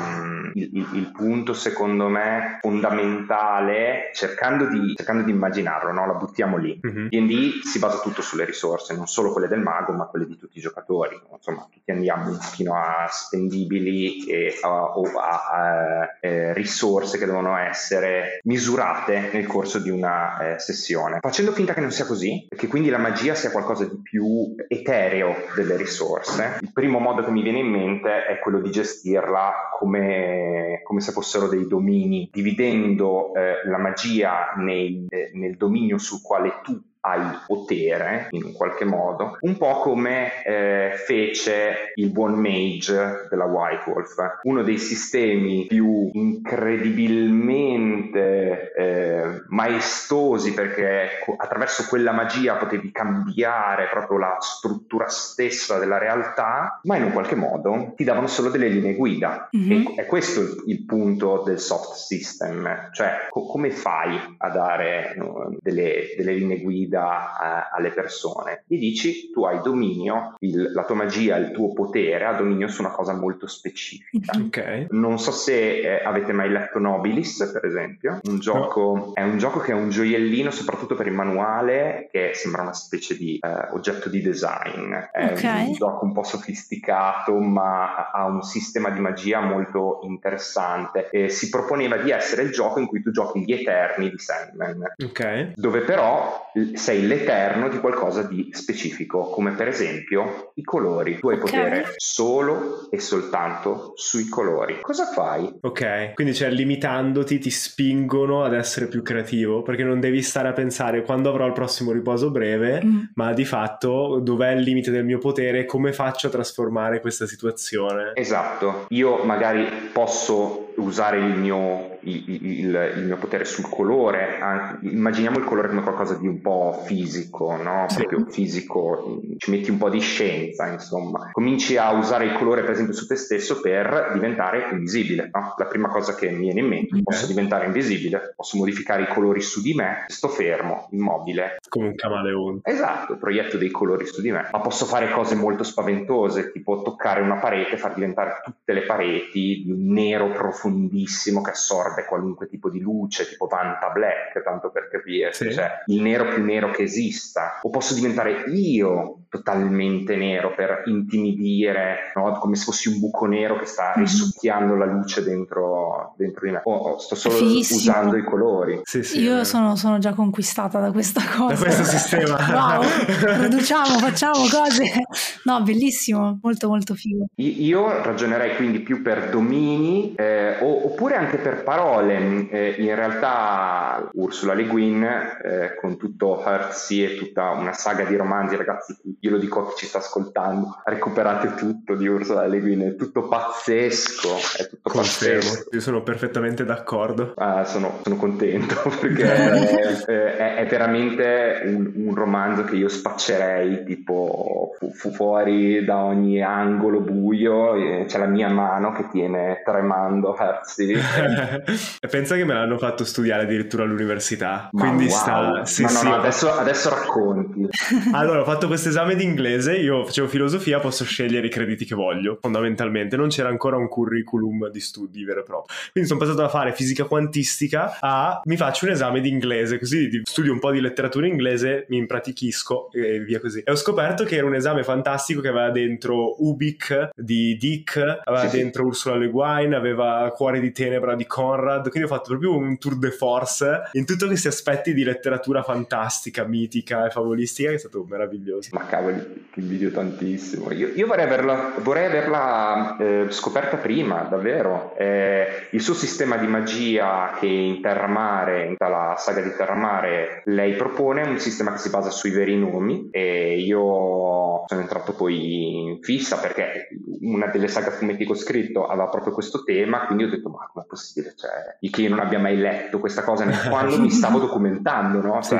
Il punto secondo me fondamentale, cercando di immaginarlo, no? La buttiamo lì. D&D si basa tutto sulle risorse, non solo quelle del mago ma quelle di tutti i giocatori, insomma tutti andiamo un pochino a spendibili o a risorse che devono essere misurate nel corso di una sessione, facendo finta che non sia così, che quindi la magia sia qualcosa di più etereo delle risorse. Il primo modo che mi viene in mente è quello di gestirla come se fossero dei domini, dividendo la magia nel dominio sul quale tu hai potere in un qualche modo, un po' come fece il buon mage della White Wolf, uno dei sistemi più incredibilmente maestosi, perché attraverso quella magia potevi cambiare proprio la struttura stessa della realtà, ma in un qualche modo ti davano solo delle linee guida. E è questo il punto del soft system, cioè come fai a dare delle linee guida guida alle persone. Gli dici: tu hai dominio, la tua magia, il tuo potere ha dominio su una cosa molto specifica. Ok. Non so se avete mai letto Nobilis, per esempio. È un gioco che è un gioiellino, soprattutto per il manuale, che sembra una specie di oggetto di design. È un gioco un po' sofisticato, ma ha un sistema di magia molto interessante. Si proponeva di essere il gioco in cui tu giochi gli Eterni di Sandman, dove però sei l'Eterno di qualcosa di specifico, come per esempio i colori. Tu hai potere solo e soltanto sui colori. Cosa fai? Ok, quindi limitandoti ti spingono ad essere più creativo, perché non devi stare a pensare quando avrò il prossimo riposo breve, ma di fatto dov'è il limite del mio potere, come faccio a trasformare questa situazione. Esatto, io magari posso usare il mio potere sul colore, immaginiamo il colore come qualcosa di un po' fisico, no? Sì. Proprio fisico, ci metti un po' di scienza, insomma. Cominci a usare il colore, per esempio, su te stesso per diventare invisibile, no? La prima cosa che mi viene in mente, posso diventare invisibile, posso modificare i colori su di me, sto fermo, immobile. Come un camaleonte. Esatto, proietto dei colori su di me, ma posso fare cose molto spaventose, tipo toccare una parete e far diventare tutte le pareti di un nero profondissimo che assorbe qualunque tipo di luce, tipo Vanta Black, tanto per capirsi, cioè il nero più nero che esista. O posso diventare io totalmente nero per intimidire, no? Come se fossi un buco nero che sta risucchiando la luce dentro di me. Sto solo usando i colori. Io sono già conquistata da questa cosa, da questo sistema. Wow, produciamo, facciamo cose. No, bellissimo, molto molto figo. Io ragionerei quindi più per domini oppure anche per parole. In realtà Ursula Le Guin, con tutto Earthsea e tutta una saga di romanzi, ragazzi, io lo dico a chi ci sta ascoltando, recuperate tutto di Ursula Le Guin, è tutto pazzesco, è tutto pazzesco. Io sono perfettamente d'accordo. Sono contento perché è veramente un romanzo che io spaccerei tipo fuori da ogni angolo buio, c'è la mia mano che tiene tremando Earthsea. E pensa che me l'hanno fatto studiare addirittura all'università. Ma quindi wow. No, adesso racconti. Allora, ho fatto questo esame di inglese, io facevo filosofia, posso scegliere i crediti che voglio, fondamentalmente. Non c'era ancora un curriculum di studi vero e proprio. Quindi sono passato da fare fisica quantistica a mi faccio un esame di inglese, così studio un po' di letteratura inglese, mi impratichisco e via così. E ho scoperto che era un esame fantastico che aveva dentro Ubik di Dick, aveva dentro Ursula Le Guin, aveva Cuore di Tenebra di Conrad, quindi ho fatto proprio un tour de force in tutti questi aspetti di letteratura fantastica, mitica e favolistica, che è stato meraviglioso. Ma cavoli, ti invidio tantissimo. Io vorrei averla scoperta prima, davvero. Il suo sistema di magia che in Terramare, la saga di Terramare, lei propone un sistema che si basa sui veri nomi, e io sono entrato poi in fissa perché una delle saghe a fumetti che ho scritto aveva proprio questo tema, quindi ho detto ma com'è possibile, cioè, che io non abbia mai letto questa cosa quando mi stavo documentando, no? Cioè,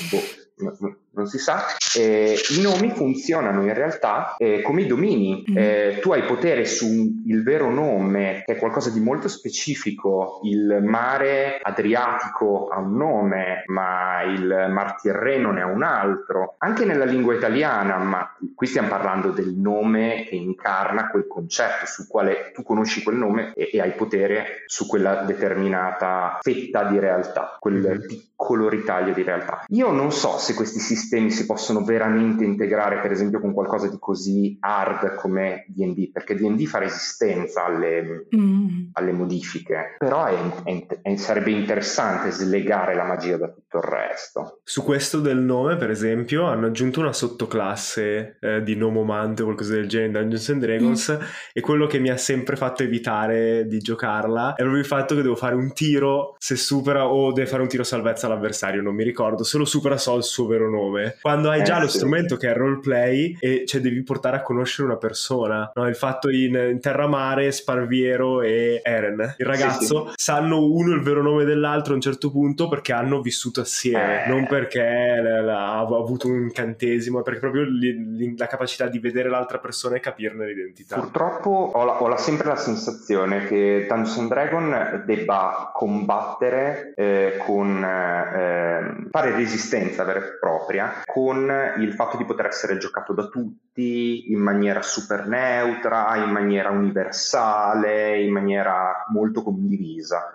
non si sa. I nomi funzionano in realtà come i domini. Tu hai potere su il vero nome, che è qualcosa di molto specifico. Il mare Adriatico ha un nome, ma il Mar Tirreno ne ha un altro. Anche nella lingua italiana, ma qui stiamo parlando del nome che incarna quel concetto, su quale tu conosci quel nome e hai potere su quella determinata fetta di realtà, quel piccolo ritaglio di realtà. Io non so se questi sistemi si possono veramente integrare, per esempio, con qualcosa di così hard come D&D, perché D&D fa resistenza alle modifiche, però sarebbe interessante slegare la magia da tutto il resto. Su questo del nome, per esempio, hanno aggiunto una sottoclasse di nomomante o qualcosa del genere in Dungeons and Dragons, e quello che mi ha sempre fatto evitare di giocarla è proprio il fatto che devo fare un tiro, se supera, o deve fare un tiro salvezza all'avversario, non mi ricordo, se lo supera so il suo vero nome, quando hai già lo strumento che è il roleplay e devi portare a conoscere una persona, no? Il fatto in Terramare Sparviero e Eren, il ragazzo, sanno uno il vero nome dell'altro a un certo punto perché hanno vissuto assieme, non perché ha avuto un incantesimo, perché proprio la capacità di vedere l'altra persona e capirne l'identità. Purtroppo ho sempre la sensazione che Dungeons and Dragon debba combattere fare resistenza vera e propria storia, con il fatto di poter essere giocato da tutti in maniera super neutra, in maniera universale, in maniera molto condivisa.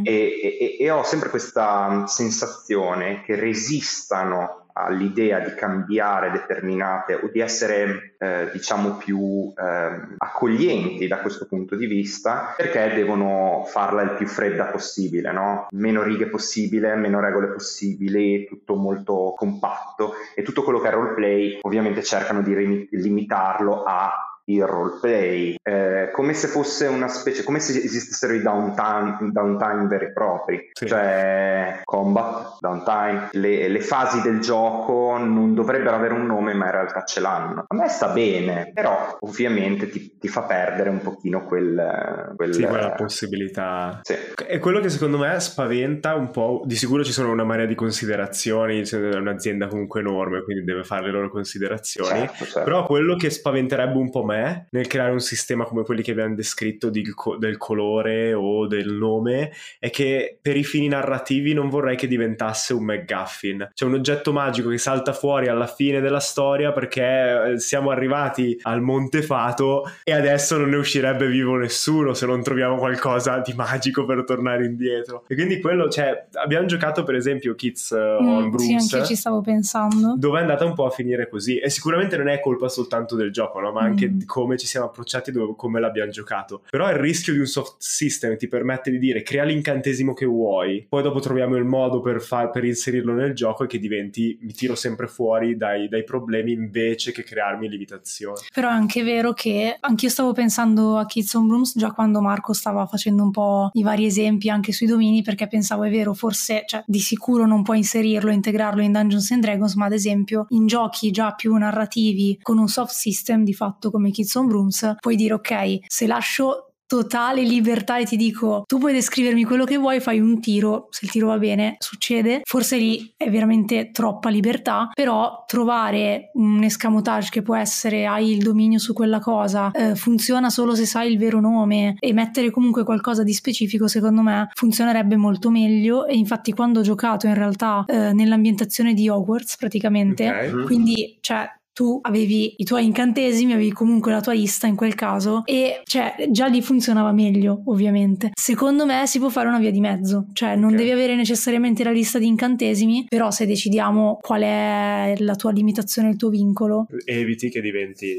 E ho sempre questa sensazione che resistano all'idea di cambiare determinate o di essere diciamo più accoglienti da questo punto di vista, perché devono farla il più fredda possibile, no? Meno righe possibile, meno regole possibili, tutto molto compatto, e tutto quello che è roleplay ovviamente cercano di limitarlo a il roleplay, come se fosse una specie, come se esistessero i downtime veri e propri, sì. Cioè combat, downtime, le fasi del gioco non dovrebbero avere un nome, ma in realtà ce l'hanno. A me sta bene, però ovviamente ti fa perdere un pochino quella possibilità. Sì. È quello che secondo me spaventa un po'. Di sicuro ci sono una marea di considerazioni, è un'azienda comunque enorme, quindi deve fare le loro considerazioni, certo. Però quello che spaventerebbe un po' me nel creare un sistema come quelli che abbiamo descritto del colore o del nome è che per i fini narrativi non vorrei che diventasse un MacGuffin, cioè un oggetto magico che salta fuori alla fine della storia perché siamo arrivati al Monte Fato e adesso non ne uscirebbe vivo nessuno se non troviamo qualcosa di magico per tornare indietro. E quindi quello, cioè, abbiamo giocato per esempio Kids on Brooms, sì, anche ci stavo pensando, dove è andata un po' a finire così, e sicuramente non è colpa soltanto del gioco, no? Ma anche di come ci siamo approcciati, come l'abbiamo giocato. Però il rischio di un soft system ti permette di dire crea l'incantesimo che vuoi, poi dopo troviamo il modo per inserirlo nel gioco e che diventi mi tiro sempre fuori dai problemi invece che crearmi limitazioni. Però è anche vero che anch'io stavo pensando a Kids on Brooms già quando Marco stava facendo un po' i vari esempi anche sui domini, perché pensavo è vero, forse, cioè, di sicuro non puoi integrarlo in Dungeons and Dragons, ma ad esempio in giochi già più narrativi con un soft system di fatto come Kids on Brooms puoi dire ok, se lascio totale libertà e ti dico tu puoi descrivermi quello che vuoi, fai un tiro, se il tiro va bene succede, forse lì è veramente troppa libertà, però trovare un escamotage che può essere hai il dominio su quella cosa, funziona solo se sai il vero nome, e mettere comunque qualcosa di specifico secondo me funzionerebbe molto meglio. E infatti quando ho giocato in realtà nell'ambientazione di Hogwarts praticamente, quindi cioè tu avevi i tuoi incantesimi, avevi comunque la tua lista in quel caso, e cioè già lì funzionava meglio ovviamente. Secondo me si può fare una via di mezzo, cioè non devi avere necessariamente la lista di incantesimi, però se decidiamo qual è la tua limitazione, il tuo vincolo, eviti che diventi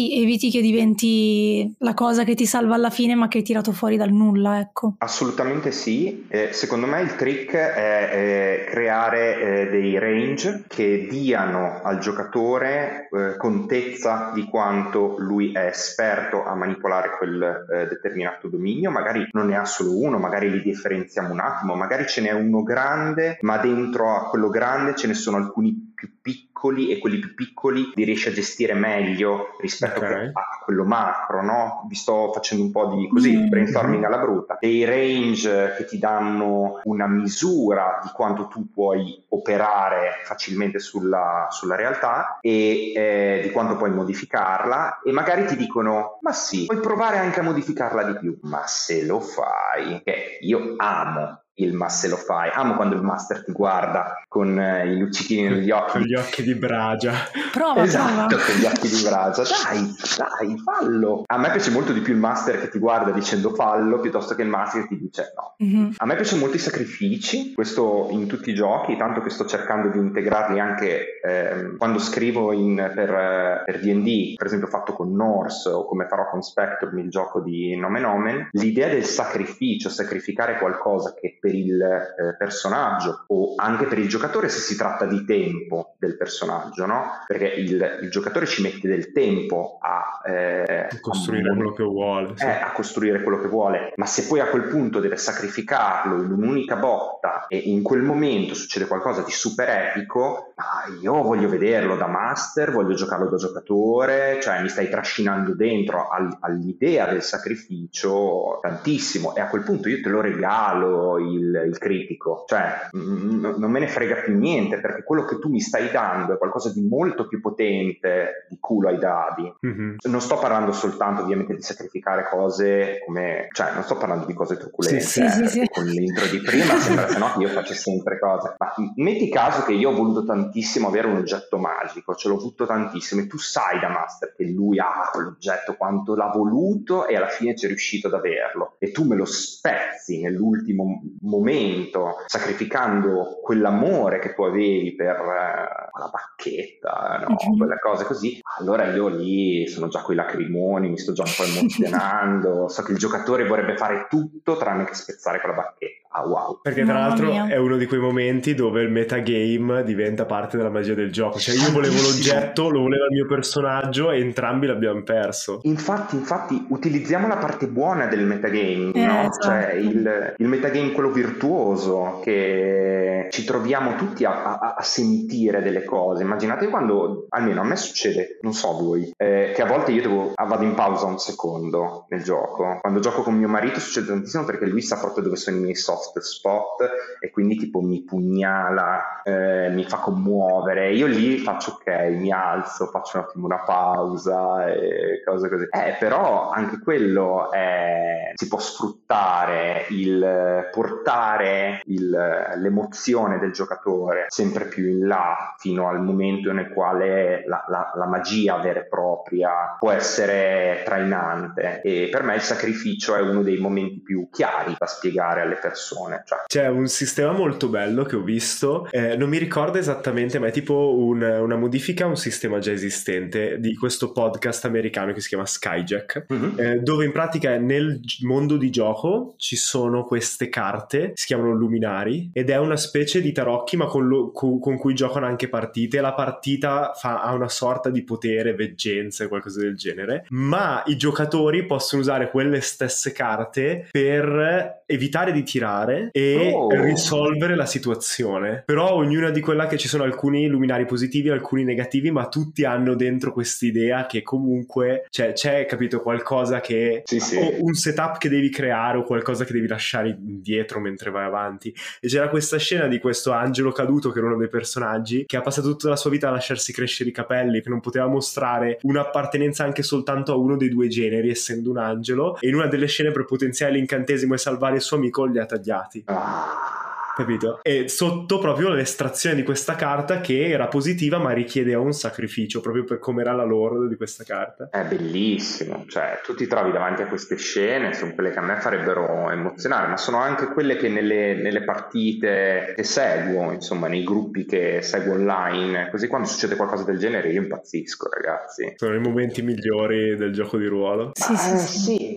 la cosa che ti salva alla fine ma che hai tirato fuori dal nulla, ecco. Assolutamente sì. Secondo me il trick è creare dei range che diano al giocatore contezza di quanto lui è esperto a manipolare quel determinato dominio. Magari non ne ha solo uno, magari li differenziamo un attimo, magari ce n'è uno grande, ma dentro a quello grande ce ne sono alcuni più piccoli, e quelli più piccoli li riesci a gestire meglio rispetto a quello macro, no? Vi sto facendo un po' di brainstorming alla brutta, dei range che ti danno una misura di quanto tu puoi operare facilmente sulla realtà e di quanto puoi modificarla, e magari ti dicono ma sì, puoi provare anche a modificarla di più, ma se lo fai, che io amo il ma se lo fai, amo quando il master ti guarda con i luccichini negli occhi, con gli occhi di bragia, prova. Con gli occhi di bragia, dai fallo. A me piace molto di più il master che ti guarda dicendo fallo piuttosto che il master che ti dice no. A me piacciono molto i sacrifici, questo in tutti i giochi, tanto che sto cercando di integrarli anche quando scrivo per D&D, per esempio fatto con Norse, o come farò con Spectrum, il gioco di Nomen Omen. L'idea del sacrificio, sacrificare qualcosa che per il personaggio o anche per il giocatore, se si tratta di tempo del personaggio, no? Perché il giocatore ci mette del tempo a costruire quello che vuole, a costruire quello che vuole, ma se poi a quel punto deve sacrificarlo in un'unica botta e in quel momento succede qualcosa di super epico, io voglio vederlo da master, voglio giocarlo da giocatore, cioè mi stai trascinando dentro all'idea del sacrificio tantissimo, e a quel punto io te lo regalo il critico, cioè non me ne frega più niente, perché quello che tu mi stai dando è qualcosa di molto più potente di culo ai dadi. Non sto parlando soltanto ovviamente di sacrificare cose come, cioè non sto parlando di cose truculente, sì. con l'intro di prima sembra se no che io faccio sempre cose, ma metti caso che io ho voluto tantissimo avere un oggetto magico, ce l'ho voluto tantissimo, e tu sai da master che lui ha quell'oggetto, quanto l'ha voluto, e alla fine ci è riuscito ad averlo, e tu me lo spezzi nell'ultimo momento sacrificando quell'amore che tu avevi per la bacchetta, no? Quelle cose così, allora io lì sono già coi lacrimoni, mi sto già un po' emozionando, so che il giocatore vorrebbe fare tutto tranne che spezzare quella bacchetta. Ah, wow. Perché tra l'altro è uno di quei momenti dove il metagame diventa parte della magia del gioco, cioè io volevo l'oggetto, lo voleva il mio personaggio e entrambi l'abbiamo perso. Infatti utilizziamo la parte buona del metagame, no? Esatto. Cioè il metagame, quello virtuoso, che ci troviamo tutti a sentire delle cose. Immaginate quando, almeno a me succede, non so voi, che a volte io vado in pausa un secondo nel gioco. Quando gioco con mio marito succede tantissimo, perché lui sa proprio dove sono i miei soft spot e quindi tipo mi pugnala, mi fa commuovere. Io lì faccio ok, mi alzo, faccio un attimo una pausa e cose così. Però anche quello si può sfruttare, il portare l'emozione del giocatore sempre più in là, fino al momento nel quale la magia vera e propria può essere trainante. E per me il sacrificio è uno dei momenti più chiari da spiegare alle persone. C'è un sistema molto bello che ho visto, non mi ricordo esattamente, ma è tipo una modifica a un sistema già esistente di questo podcast americano che si chiama Skyjack, dove in pratica nel mondo di gioco ci sono queste carte, si chiamano luminari, ed è una specie di tarocchi ma con cui giocano anche partite. La partita ha una sorta di potere, veggenza e qualcosa del genere, ma i giocatori possono usare quelle stesse carte per evitare di tirare e risolvere la situazione. Però ognuna di quella che ci sono alcuni luminari positivi, alcuni negativi, ma tutti hanno dentro quest'idea che comunque c'è capito, qualcosa che o un setup che devi creare o qualcosa che devi lasciare indietro mentre vai avanti. E c'era questa scena di questo angelo caduto, che era uno dei personaggi, che ha passato tutta la sua vita a lasciarsi crescere i capelli, che non poteva mostrare un'appartenenza anche soltanto a uno dei due generi, essendo un angelo, e in una delle scene per potenziare l'incantesimo e salvare il suo amico li ha tagliati. Capito? E sotto proprio l'estrazione di questa carta, che era positiva ma richiedeva un sacrificio, proprio per come era la lore di questa carta. È bellissimo, cioè tu ti trovi davanti a queste scene, sono quelle che a me farebbero emozionare, ma sono anche quelle che nelle partite che seguo, insomma nei gruppi che seguo online, così quando succede qualcosa del genere io impazzisco, ragazzi. Sono i momenti migliori del gioco di ruolo. Sì.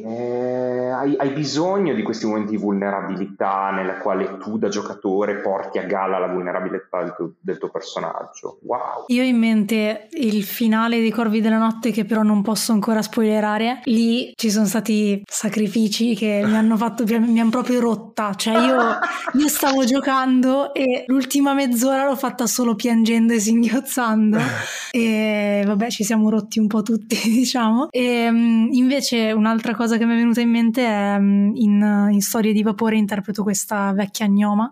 Hai bisogno di questi momenti di vulnerabilità nella quale tu da giocatore porti a galla la vulnerabilità del tuo personaggio. Wow. Io ho in mente il finale dei Corvi della Notte, che però non posso ancora spoilerare. Lì ci sono stati sacrifici che mi hanno proprio rotta. Cioè io stavo giocando e l'ultima mezz'ora l'ho fatta solo piangendo e singhiozzando e vabbè, ci siamo rotti un po' tutti, diciamo. E invece un'altra cosa che mi è venuta in mente è in Storie di Vapore interpreto questa vecchia gnoma,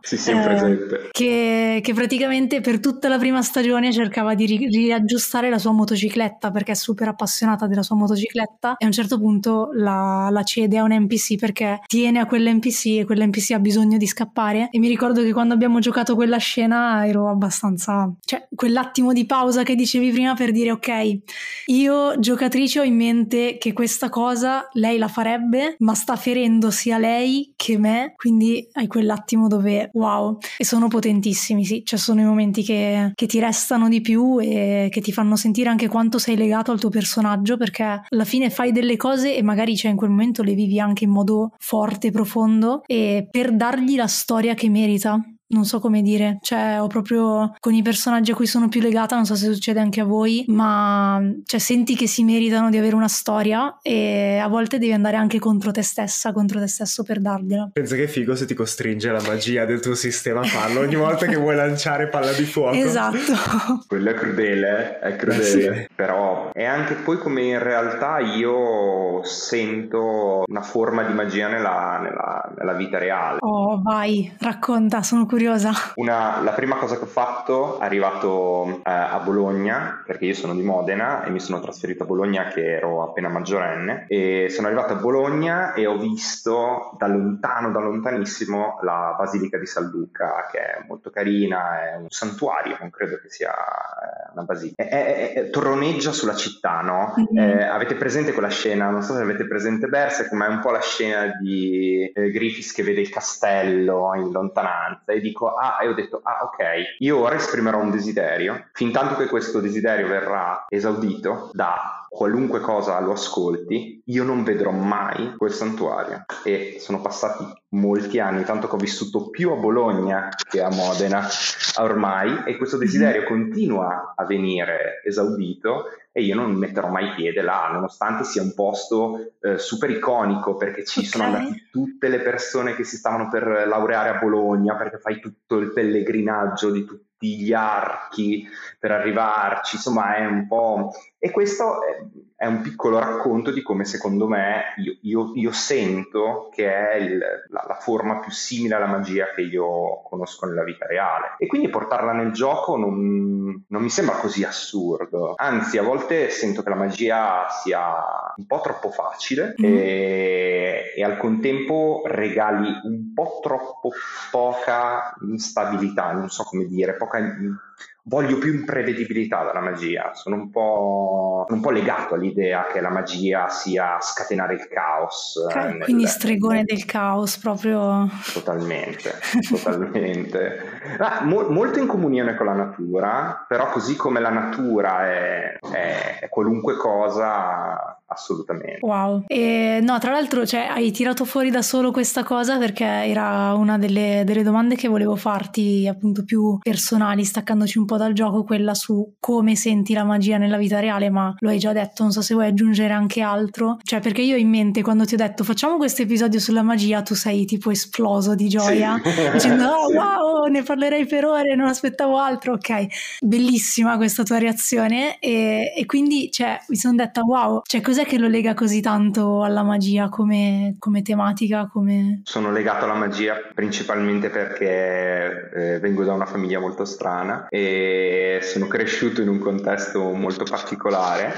che praticamente per tutta la prima stagione cercava di riaggiustare la sua motocicletta, perché è super appassionata della sua motocicletta, e a un certo punto la cede a un NPC perché tiene a quell'NPC e quell'NPC ha bisogno di scappare. E mi ricordo che quando abbiamo giocato quella scena ero abbastanza, cioè quell'attimo di pausa che dicevi prima per dire ok, io giocatrice ho in mente che questa cosa lei la farebbe, ma sta ferendo sia lei che me, quindi hai quell'attimo dove wow. E sono potentissimi, sì, cioè sono i momenti che ti restano di più e che ti fanno sentire anche quanto sei legato al tuo personaggio, perché alla fine fai delle cose e magari in quel momento le vivi anche in modo forte, profondo, e per dargli la storia che merita. Non so come dire, cioè ho proprio con i personaggi a cui sono più legata, non so se succede anche a voi, ma cioè senti che si meritano di avere una storia e a volte devi andare anche contro te stessa, contro te stesso per dargliela. Pensa che figo se ti costringe la magia del tuo sistema a farlo ogni volta che vuoi lanciare palla di fuoco. Esatto. Quello è crudele, sì. Però è anche poi come in realtà io sento una forma di magia nella vita reale. Oh vai, racconta, sono curiosa. curiosa. La prima cosa che ho fatto, arrivato a Bologna, perché io sono di Modena e mi sono trasferito a Bologna che ero appena maggiorenne, e sono arrivato a Bologna e ho visto da lontanissimo la Basilica di San Luca, che è molto carina, è un santuario, non credo che sia una basilica. Torroneggia sulla città, no? Avete presente quella scena, non so se avete presente Berserk, ma è un po' la scena di Griffiths che vede il castello in lontananza e ho detto, ok, io ora esprimerò un desiderio, fin tanto che questo desiderio verrà esaudito da qualunque cosa lo ascolti, io non vedrò mai quel santuario. E sono passati molti anni, tanto che ho vissuto più a Bologna che a Modena ormai, e questo desiderio continua a venire esaudito e io non metterò mai piede là, nonostante sia un posto super iconico, perché ci sono andate tutte le persone che si stavano per laureare a Bologna, perché fai tutto il pellegrinaggio di tutti gli archi per arrivarci, insomma è un po'... E questo è un piccolo racconto di come secondo me io sento che è la forma più simile alla magia che io conosco nella vita reale, e quindi portarla nel gioco non mi sembra così assurdo, anzi a volte sento che la magia sia un po' troppo facile e al contempo regali un po' troppo poca instabilità, non so come dire, voglio più imprevedibilità dalla magia, sono un po' legato all'idea che la magia sia scatenare il caos. Quindi stregone del caos proprio. Totalmente. Molto in comunione con la natura, però così come la natura è qualunque cosa, assolutamente. Wow. E no, tra l'altro, cioè, hai tirato fuori da solo questa cosa perché era una delle domande che volevo farti, appunto più personali, staccandoci un po' dal gioco, quella su come senti la magia nella vita reale, ma lo hai già detto, non so se vuoi aggiungere anche altro, cioè perché io ho in mente quando ti ho detto facciamo questo episodio sulla magia, tu sei tipo esploso di gioia, sì. Dicendo sì. Wow, ne parlerei per ore, non aspettavo altro. Ok, bellissima questa tua reazione e quindi cioè mi sono detta wow, cioè cos'è che lo lega così tanto alla magia come tematica? Sono legato alla magia principalmente perché vengo da una famiglia molto strana e sono cresciuto in un contesto molto particolare,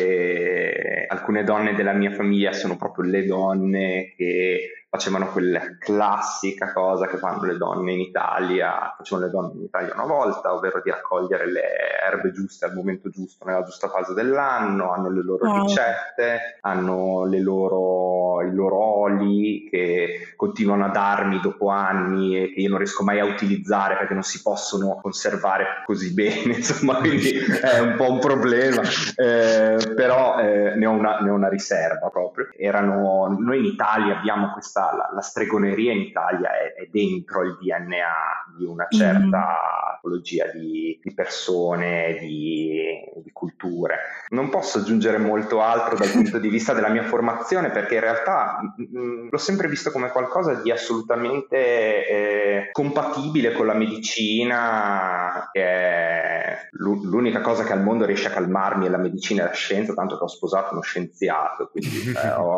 e alcune donne della mia famiglia sono proprio le donne che facevano quella classica cosa che fanno le donne in Italia, facevano le donne in Italia una volta, ovvero di raccogliere le erbe giuste al momento giusto, nella giusta fase dell'anno, hanno le loro ricette, hanno i loro oli che continuano a darmi dopo anni e che io non riesco mai a utilizzare perché non si possono conservare così bene, insomma, quindi è un po' un problema, però ne ho una riserva proprio. Noi in Italia abbiamo questa, la stregoneria in Italia è dentro il DNA di una certa tipologia di persone, di culture. Non posso aggiungere molto altro dal punto di vista della mia formazione, perché in realtà l'ho sempre visto come qualcosa di assolutamente compatibile con la medicina, che è l'unica cosa che al mondo riesce a calmarmi è la medicina e la scienza, tanto che ho sposato uno scienziato, quindi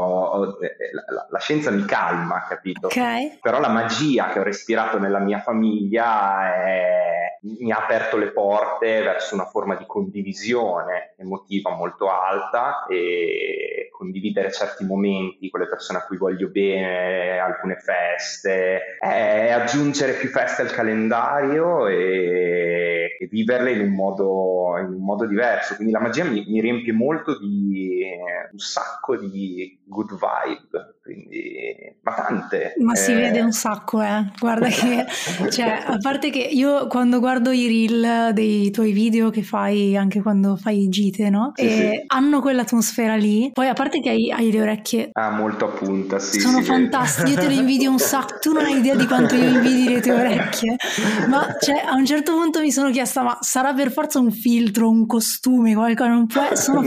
la scienza mi calma, capito? Okay. Però la magia che ho respirato nella mia famiglia mi ha aperto le porte verso una forma di condivisione emotiva molto alta, e condividere certi momenti con le persone a cui voglio bene, alcune feste, aggiungere più feste al calendario e viverle in un modo diverso. Quindi la magia mi riempie molto di un sacco di good vibe, quindi, ma tante. Ma si vede un sacco, guarda che, cioè, a parte che io quando guardo i reel dei tuoi video che fai anche quando fai gite, no? Sì, e hanno quell'atmosfera lì, poi a parte che hai le orecchie molto a punta, sì, sono fantastiche, io te le invidio un sacco, tu non hai idea di quanto io invidi le tue orecchie, ma cioè a un certo punto mi sono chiesta, ma sarà per forza un filtro, un costume, qualcosa, non può,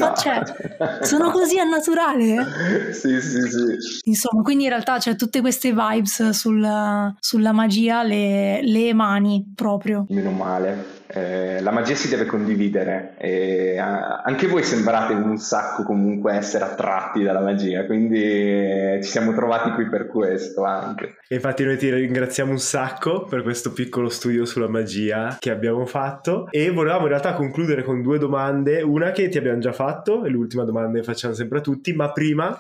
sono così a naturale? Sì. Insomma, quindi in realtà cioè tutte queste vibes sulla magia le emani proprio. Meno male. La magia si deve condividere e anche voi sembrate un sacco comunque essere attratti dalla magia, quindi ci siamo trovati qui per questo anche. E infatti noi ti ringraziamo un sacco per questo piccolo studio sulla magia che abbiamo fatto, e volevamo in realtà concludere con 2 domande, una che ti abbiamo già fatto e l'ultima domanda che facciamo sempre a tutti, ma prima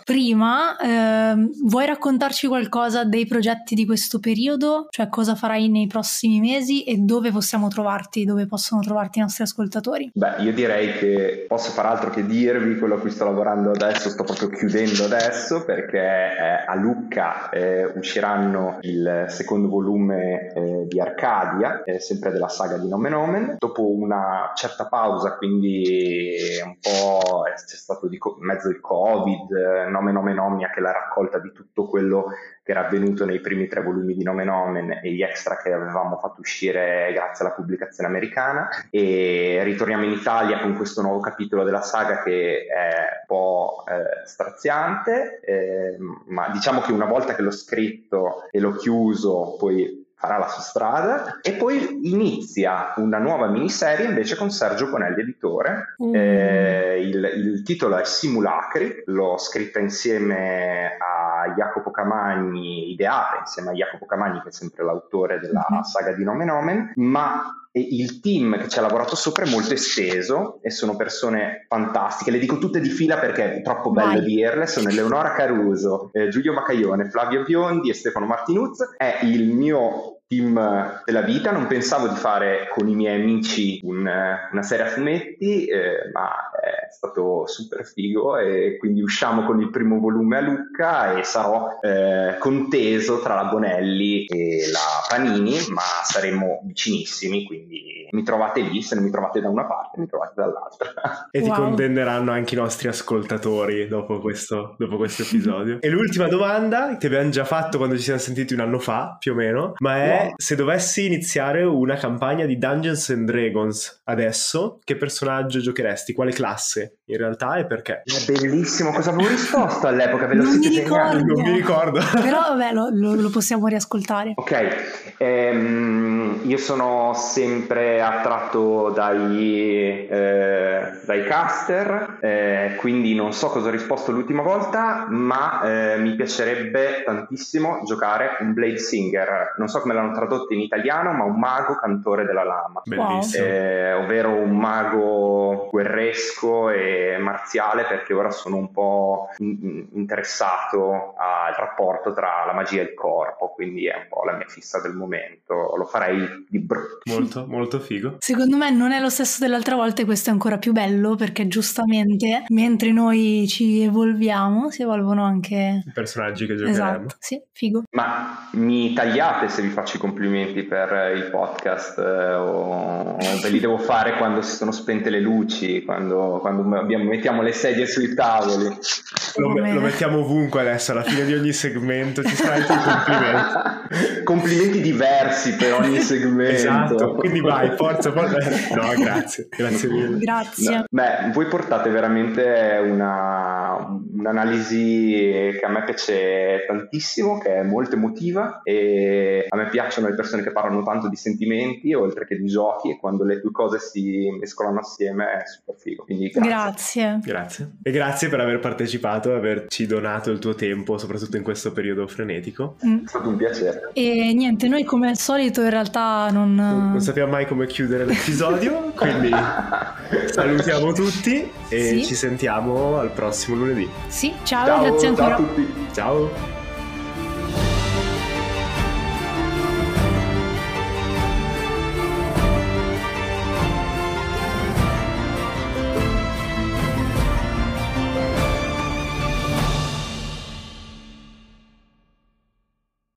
vuoi raccontarci qualcosa dei progetti di questo periodo? Cioè cosa farai nei prossimi mesi e dove possiamo trovarti, dove possono trovarti i nostri ascoltatori? Beh, io direi che posso far altro che dirvi quello a cui sto lavorando adesso, sto proprio chiudendo adesso, perché a Lucca usciranno il secondo volume di Arcadia, sempre della saga di Nomen Omen. Dopo una certa pausa, quindi un po' c'è stato in mezzo il Covid, Nomen Omen Omnia, che è la raccolta di tutto quello che era avvenuto nei primi 3 volumi di Nomen Omen e gli extra che avevamo fatto uscire grazie alla pubblicazione americana, e ritorniamo in Italia con questo nuovo capitolo della saga che è un po' straziante, ma diciamo che una volta che l'ho scritto e l'ho chiuso poi farà la sua strada, e poi inizia una nuova miniserie invece con Sergio Bonelli editore. Il titolo è Simulacri, l'ho scritta insieme a Jacopo Camagni, ideata insieme a Jacopo Camagni, che è sempre l'autore della saga di Nomen Omen, ma il team che ci ha lavorato sopra è molto esteso e sono persone fantastiche, le dico tutte di fila perché è troppo bello dirle. Sono Eleonora Caruso, Giulio Macaione, Flavio Biondi e Stefano Martinuz. È il mio team della vita. Non pensavo di fare con i miei amici una serie a fumetti, ma è stato super figo, e quindi usciamo con il primo volume a Lucca e sarò conteso tra la Bonelli e la Panini, ma saremo vicinissimi, quindi mi trovate lì. Se non mi trovate da una parte, mi trovate dall'altra. E ti contenderanno anche i nostri ascoltatori dopo questo episodio. E l'ultima domanda che abbiamo già fatto quando ci siamo sentiti un anno fa più o meno, ma è se dovessi iniziare una campagna di Dungeons and Dragons adesso, che personaggio giocheresti? Quale classe in realtà e perché? È bellissimo. Cosa avevo risposto all'epoca? Ve lo siete segnato? Non mi ricordo. Però vabbè, lo possiamo riascoltare. Ok, io sono sempre attratto dai caster, quindi non so cosa ho risposto l'ultima volta, ma mi piacerebbe tantissimo giocare un Blade Singer. Non so come l'hanno tradotto in italiano, ma un mago cantore della lama. Bellissimo. Ovvero un mago guerresco e marziale, perché ora sono un po' interessato al rapporto tra la magia e il corpo, quindi è un po' la mia fissa del momento. Lo farei di brutto. Molto, molto figo. Secondo me non è lo stesso dell'altra volta, e questo è ancora più bello, perché giustamente mentre noi ci evolviamo si evolvono anche i personaggi che giocheremo. Esatto, sì, figo. Ma mi tagliate se vi faccio i complimenti per il podcast, o ve li devo fare quando si sono spente le luci, quando mettiamo le sedie sui tavoli. Lo mettiamo ovunque adesso, alla fine di ogni segmento ci saranno anche i complimenti diversi per ogni segmento. Esatto, quindi vai, forza. No, grazie mille. Grazie. No, beh, voi portate veramente un'analisi che a me piace tantissimo, che è molto emotiva, e a me piacciono le persone che parlano tanto di sentimenti oltre che di giochi, e quando le due cose si mescolano assieme è super figo. Quindi grazie. E grazie per aver partecipato e averci donato il tuo tempo, soprattutto in questo periodo frenetico. È stato un piacere. E niente, noi come al solito in realtà non sappiamo mai come chiudere l'episodio, quindi salutiamo tutti e ci sentiamo al prossimo lunedì. Sì, ciao, grazie ancora. Ciao a tutti. Ciao.